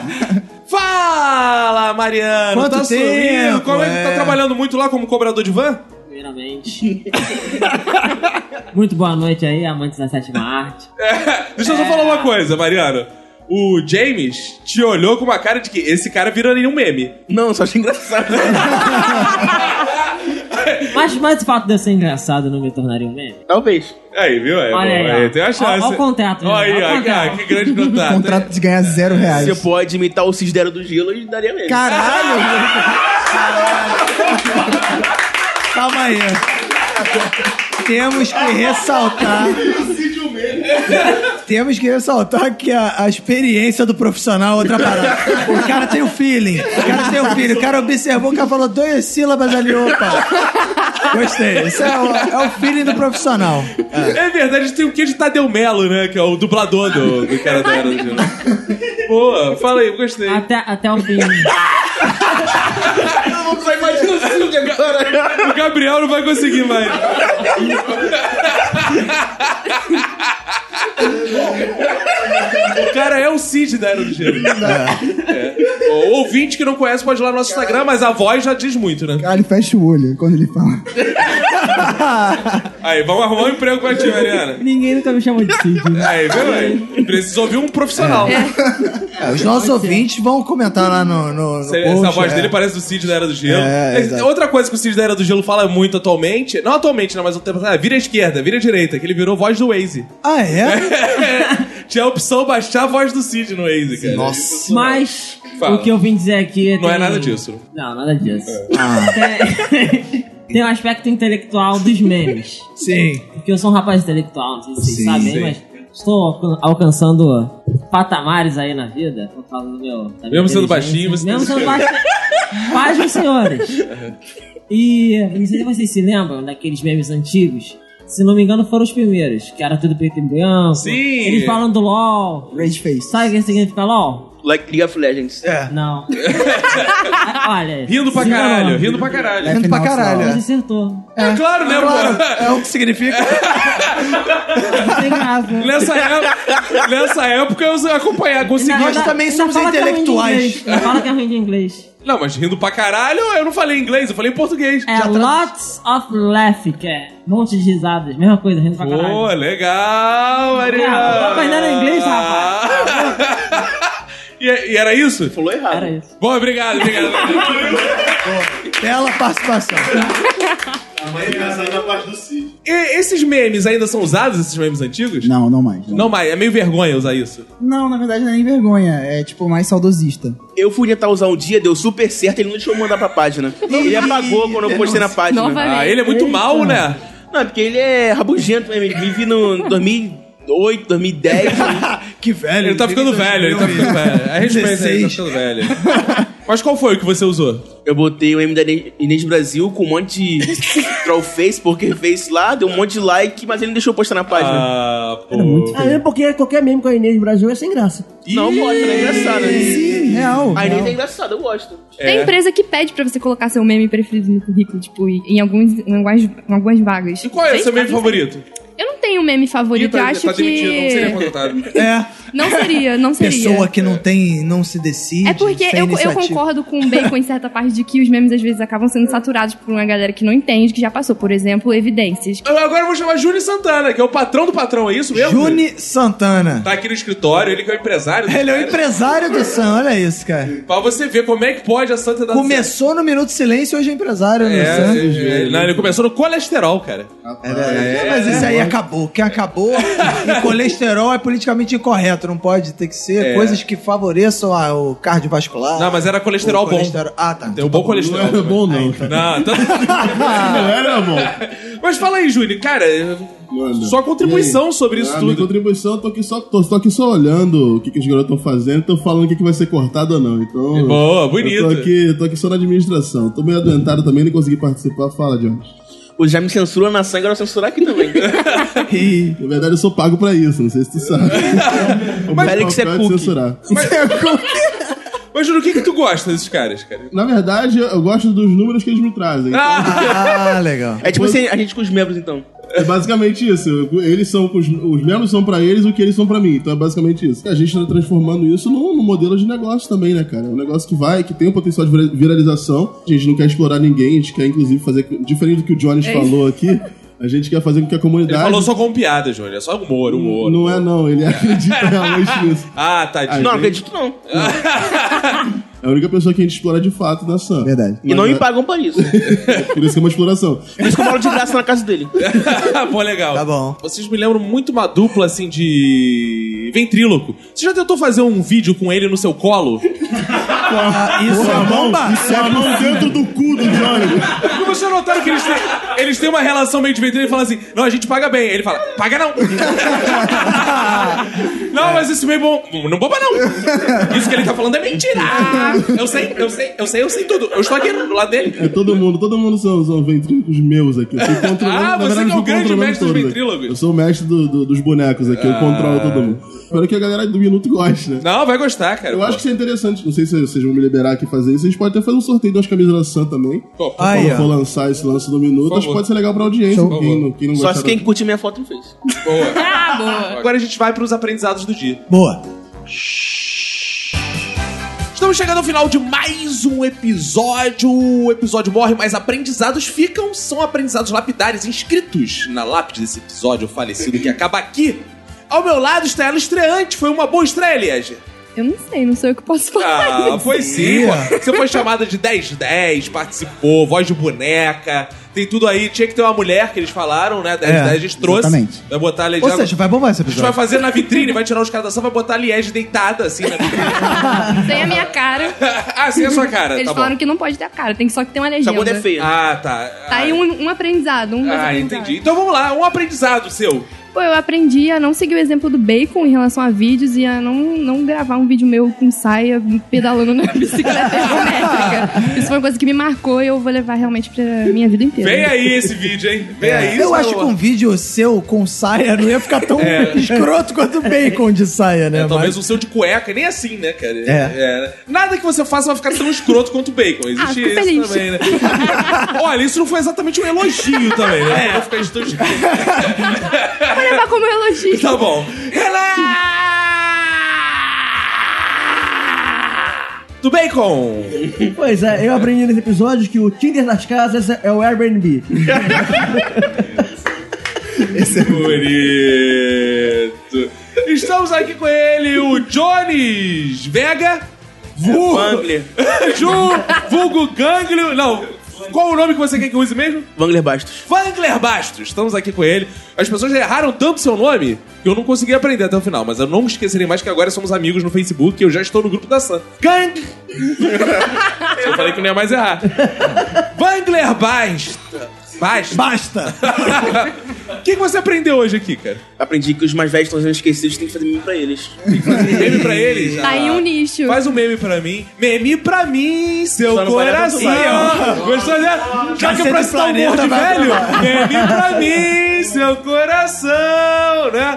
Fala, Mariano! Quanto tá sumindo? tempo, Como é que tá é? trabalhando muito lá como cobrador de van? Primeiramente. Muito boa noite aí, amantes da sétima arte. É, deixa eu só falar uma coisa, Mariano. O James te olhou com uma cara de que esse cara vira nenhum meme. Não, só achei engraçado. Mas, mas o fato de eu ser engraçado não me tornaria um meme? Talvez. Aí, viu? Aí, Olha aí, aí, ó. tem uma chance. Ó, ó o contrato, né? Olha aí, Ó o ó, contrato. cara, que grande contrato. Contrato de ganhar zero reais. Você pode imitar o Cisdero do Gelo e daria mesmo. Caralho! Calma aí. Temos que ressaltar. Temos que ressaltar que a, a experiência do profissional é outra parada. O cara tem o feeling. O cara tem o feeling. O cara observou, o cara falou duas sílabas ali, opa. Gostei. Isso é o, é o feeling do profissional. É verdade, tem o que de Tadeu Melo, né? Que é o dublador do, do cara da Era do Gelo. Boa, fala aí, gostei. Até, até o fim. Só imagina o Cid agora. O Gabriel não vai conseguir mais. O cara é o Cid da Era do Gelo. É. O ouvinte que não conhece pode ir lá no nosso Instagram, mas a voz já diz muito, né? Cara, ele fecha o olho quando ele fala. Aí, vamos arrumar um emprego pra ti, Mariana. Ninguém nunca me chamou de Cid. Aí, viu, aí? Precisa ouvir um profissional. É, os nossos ouvintes vão comentar lá no, no, no Se- post, Essa voz é. dele parece do Cid da Era do Gelo. É, É, exato. outra coisa que o Cid da Era do Gelo fala muito atualmente, não atualmente, não, mas o tempo, ah, vira à esquerda, vira à direita, que ele virou voz do Waze. Ah, é? Tinha a opção baixar a voz do Cid no Waze, cara. Nossa. Mas Fala. o que eu vim dizer aqui... Não tem- é nada disso. Não, nada disso. Tem... tem um aspecto intelectual dos memes. Sim. Porque eu sou um rapaz intelectual, não sei se vocês Sim, sabem, sim. mas estou alcan- alcançando patamares aí na vida, por causa do meu... da minha Mesmo sendo inteligência. baixinho, você Mesmo tá sendo baixinho. Pasmem, senhores. E não sei se vocês se lembram daqueles memes antigos. Se não me engano, foram os primeiros, que era tudo preto e branco. Sim. Eles falam do LOL. Rage face. Sabe o que significa LOL? Like League of Legends. É. Não. Olha. Rindo pra se caralho, enganou. rindo pra caralho. Rindo pra Final caralho. Você É, acertou. É claro, né, claro, pô? é o que significa. Sem graça. Nessa época, nessa época eu acompanhar, consegui. Nós também Ainda somos fala que é ruim de intelectuais. inglês. Ainda fala que é ruim de inglês. Não, mas rindo pra caralho, eu não falei inglês, eu falei em português. É lots of laughing, que é um monte de risadas. Mesma coisa, rindo pra caralho. Pô, legal, Mariana. Ah, tô aprendendo inglês, rapaz. e, e era isso? Falou errado. Era isso. Bom, obrigado, obrigado. Bela participação. A mais engraçada da parte do Cid. E esses memes ainda são usados, esses memes antigos? Não, não mais. Não. Não mais, é meio vergonha usar isso. Não, na verdade não é nem vergonha. É tipo mais saudosista. Eu fui tentar usar um dia, deu super certo, ele não deixou eu mandar pra página. Ele apagou quando eu postei na página. Novamente. Ah, ele é muito mal, né? Não, porque ele é rabugento mesmo. Ele vive no dois mil e oito, dois mil e dez. Que velho. Ele tá ficando velho, ele tá ficando velho. É respeito, ele tá ficando velho. Mas qual foi o que você usou? Eu botei o meme da Inês Brasil com um monte de trollface, pokerface lá, deu um monte de like, mas ele não deixou eu postar na página. Ah, pô. Ah, é porque qualquer meme com a Inês Brasil é sem graça. Não, eu gosto, ela é engraçada. Sim, real. A Inês real. é engraçada, eu gosto. Tem É. empresa que pede pra você colocar seu meme preferido no currículo, tipo, em, alguns, em, algumas, em algumas vagas. E qual é o Vocês seu meme fazem favorito? isso? Eu não tenho meme favorito, Ih, eu tá, acho tá demitido, não seria que... contratado. É. Não seria, não seria. Pessoa que não tem, não se decide. É porque sem eu, eu iniciativa. concordo com o Bacon em certa parte de que os memes às vezes acabam sendo saturados por uma galera que não entende, que já passou. Por exemplo, evidências. Eu agora vou chamar Júnior Santana, que é o patrão do patrão, é isso mesmo? Juni Santana. Tá aqui no escritório, ele que é o empresário. dos Ele é o caras. empresário do Sam, olha isso, cara. Pra você ver como é que pode a Santa dar Começou no Minuto de Silêncio, hoje é empresário no certo. Sam. É, não, ele começou no colesterol, cara. É, mas isso aí é acabou. Quem acabou e colesterol é politicamente incorreto. Não pode ter que ser É. coisas que favoreçam a- o cardiovascular. Não, mas era colesterol o bom. colesterol- Ah, tá. Tem um bom colesterol. Não era bom, não. Não, então... Não era bom. Mas fala aí, Júnior, cara, Manda. sua contribuição sobre isso Ah, minha tudo. contribuição, eu tô aqui só, tô, tô aqui só olhando o que, que os garotos estão fazendo, tô falando o que, que vai ser cortado ou não. Então. Boa, bonito. Eu tô aqui, tô aqui só na administração. Tô meio adoentado também, nem consegui participar. Fala, John. Pô, já me censura na sangue, agora censurar aqui também. Na verdade, eu sou pago pra isso, não sei se tu sabe. O meu Félix é papel cookie. censurar. Mas, Júnior, o que que tu gosta desses caras, cara? Na verdade, eu gosto dos números que eles me trazem. Então, Ah, legal. É tipo assim, a gente com os membros, então. é basicamente isso. Eles são, os, os membros são pra eles o que eles são pra mim. Então é basicamente isso. A gente tá transformando isso num, num modelo de negócio também, né, cara? É um negócio que vai, que tem um potencial de vira- viralização. A gente não quer explorar ninguém, a gente quer, inclusive, fazer... Diferente do que o Jones falou aqui, a gente quer fazer com que a Ele comunidade... falou só com piada, Júnior. É só humor, humor. Não é, não. Ele acredita realmente nisso. Ah, tadinho. Não, não gente- acredito não. É a única pessoa que a gente explora de fato na Sam. Verdade. E não Mas me é- pagam por isso. Por isso que é uma exploração. Por isso que eu moro de graça na casa dele. Pô, legal. Tá bom. Vocês me lembram muito uma dupla, assim, de ventríloco. Você já tentou fazer um vídeo com ele no seu colo? Ah, isso é bomba? Isso é a mão dentro do cu do Johnny. Porque vocês notaram que eles têm, eles têm uma relação meio de ventríloco e falam assim, não, a gente paga bem. Ele fala, paga não. Não, mas esse meio bom... Não bomba não. Isso que ele tá falando é mentira. Eu sei, eu sei, eu sei, eu sei tudo. Eu estou aqui do lado dele. É todo mundo, todo mundo são, são ventrílocos meus aqui. Eu tô controlando, Ah, na você verdade, que é o eu tô grande controlando mestre dos todos aqui. ventrílocos. Eu sou o mestre do- do- dos bonecos aqui, eu controlo todo mundo. Espero que a galera do Minuto goste, né? Não, vai gostar, cara. Eu pô. acho que isso é interessante, não sei se vocês vão me liberar aqui fazer isso. A gente pode até fazer um sorteio de umas camisas da Sam também. Pô, por Aí, Quando ó. for lançar esse lance do Minuto, Por acho que favor. pode ser legal pra audiência. Show. Quem, não- quem não Só gostar se quem da- curte minha foto não fez. boa. Ah, boa. Agora a gente vai pros aprendizados do dia. Boa. Estamos chegando ao final de mais um episódio. O episódio morre, mas aprendizados ficam. São aprendizados lapidares inscritos na lápide desse episódio falecido que acaba aqui. Ao meu lado está ela estreante. Foi uma boa estreia, Liege. Eu não sei, não sei o que eu posso falar. Ah, foi sim, pô. Você foi chamada de dez dez, participou, voz de boneca. Tem tudo aí. Tinha que ter uma mulher que eles falaram, né? dez dez a gente trouxe. exatamente. Vai botar a Ou legenda. seja, vai bombar esse A gente vai episódio. fazer na vitrine, vai tirar os caras da sala, vai botar a Liege deitada assim na vitrine. Sem a minha cara. Ah, sem a sua cara. Eles tá falaram bom. que não pode ter a cara, tem só que ter uma legenda. Sua bunda é feia. Ah, tá. Tá aí um, um aprendizado, um dos Ah, aprendizados. entendi. Então vamos lá, um aprendizado seu. Pô, eu aprendi a não seguir o exemplo do Bacon em relação a vídeos e a não, não gravar um vídeo meu com saia pedalando na bicicleta ergométrica. Isso foi uma coisa que me marcou e eu vou levar realmente pra minha vida inteira. Vem aí esse vídeo, hein? Vem aí. Eu isso acho que não- um vídeo seu com saia não ia ficar tão É. escroto quanto o bacon de saia, né? É, talvez Mas- o seu de cueca, nem assim, né, cara? É. Nada que você faça vai ficar tão escroto quanto o bacon. Existe Ah, fico isso feliz. também, né? Olha, isso não foi exatamente um elogio também, né? Não vou ficar estou... Vou levar como elogio. Tá bom. Do bacon! Pois é, eu aprendi nesse episódio que o Tinder das casas é o Airbnb. Bonito. Estamos aqui com ele, o Jones Vega. Vulgo, Wangler. Ju, vulgo Ganglio. Não, qual o nome que você quer que eu use mesmo? Wangler Bastos. Wangler Bastos. Estamos aqui com ele. As pessoas erraram tanto seu nome que eu não consegui aprender até o final. Mas eu não me esquecerei mais que agora somos amigos no Facebook e eu já estou no grupo da Sam. Gang! Eu falei que não ia mais errar. Wangler Bastos. Bastos. Basta! O que, que você aprendeu hoje aqui, cara? Aprendi que os mais velhos estão sendo esquecidos, tem que fazer meme pra eles. Meme pra eles? Tá aí Ah. um nicho. Faz um meme pra mim. Meme pra mim, seu Só não vai dar coração. tanto Gostou, né? Já que é pra citar um humor de velho, meme pra mim, seu coração, né?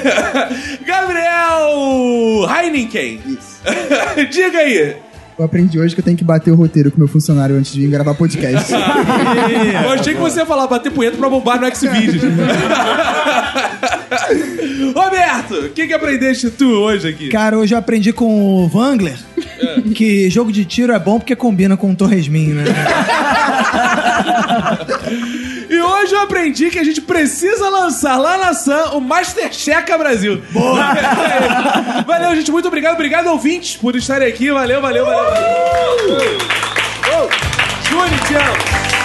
Gabriel Heineken. Diga aí. Eu aprendi hoje que eu tenho que bater o roteiro com o meu funcionário antes de vir gravar podcast. Eu achei que você ia falar bater punheta pra bombar no Xvideos. Roberto, o que, que aprendeste tu hoje aqui? Cara, hoje eu aprendi com o Wangler que jogo de tiro é bom porque combina com o Torresmin, né? E hoje eu aprendi que a gente precisa lançar lá na Sam o Master Checa Brasil. Boa! Valeu, gente. Muito obrigado. Obrigado, ouvintes, por estarem aqui. Valeu, valeu, valeu. Uh! Uh! Júlio, te amo.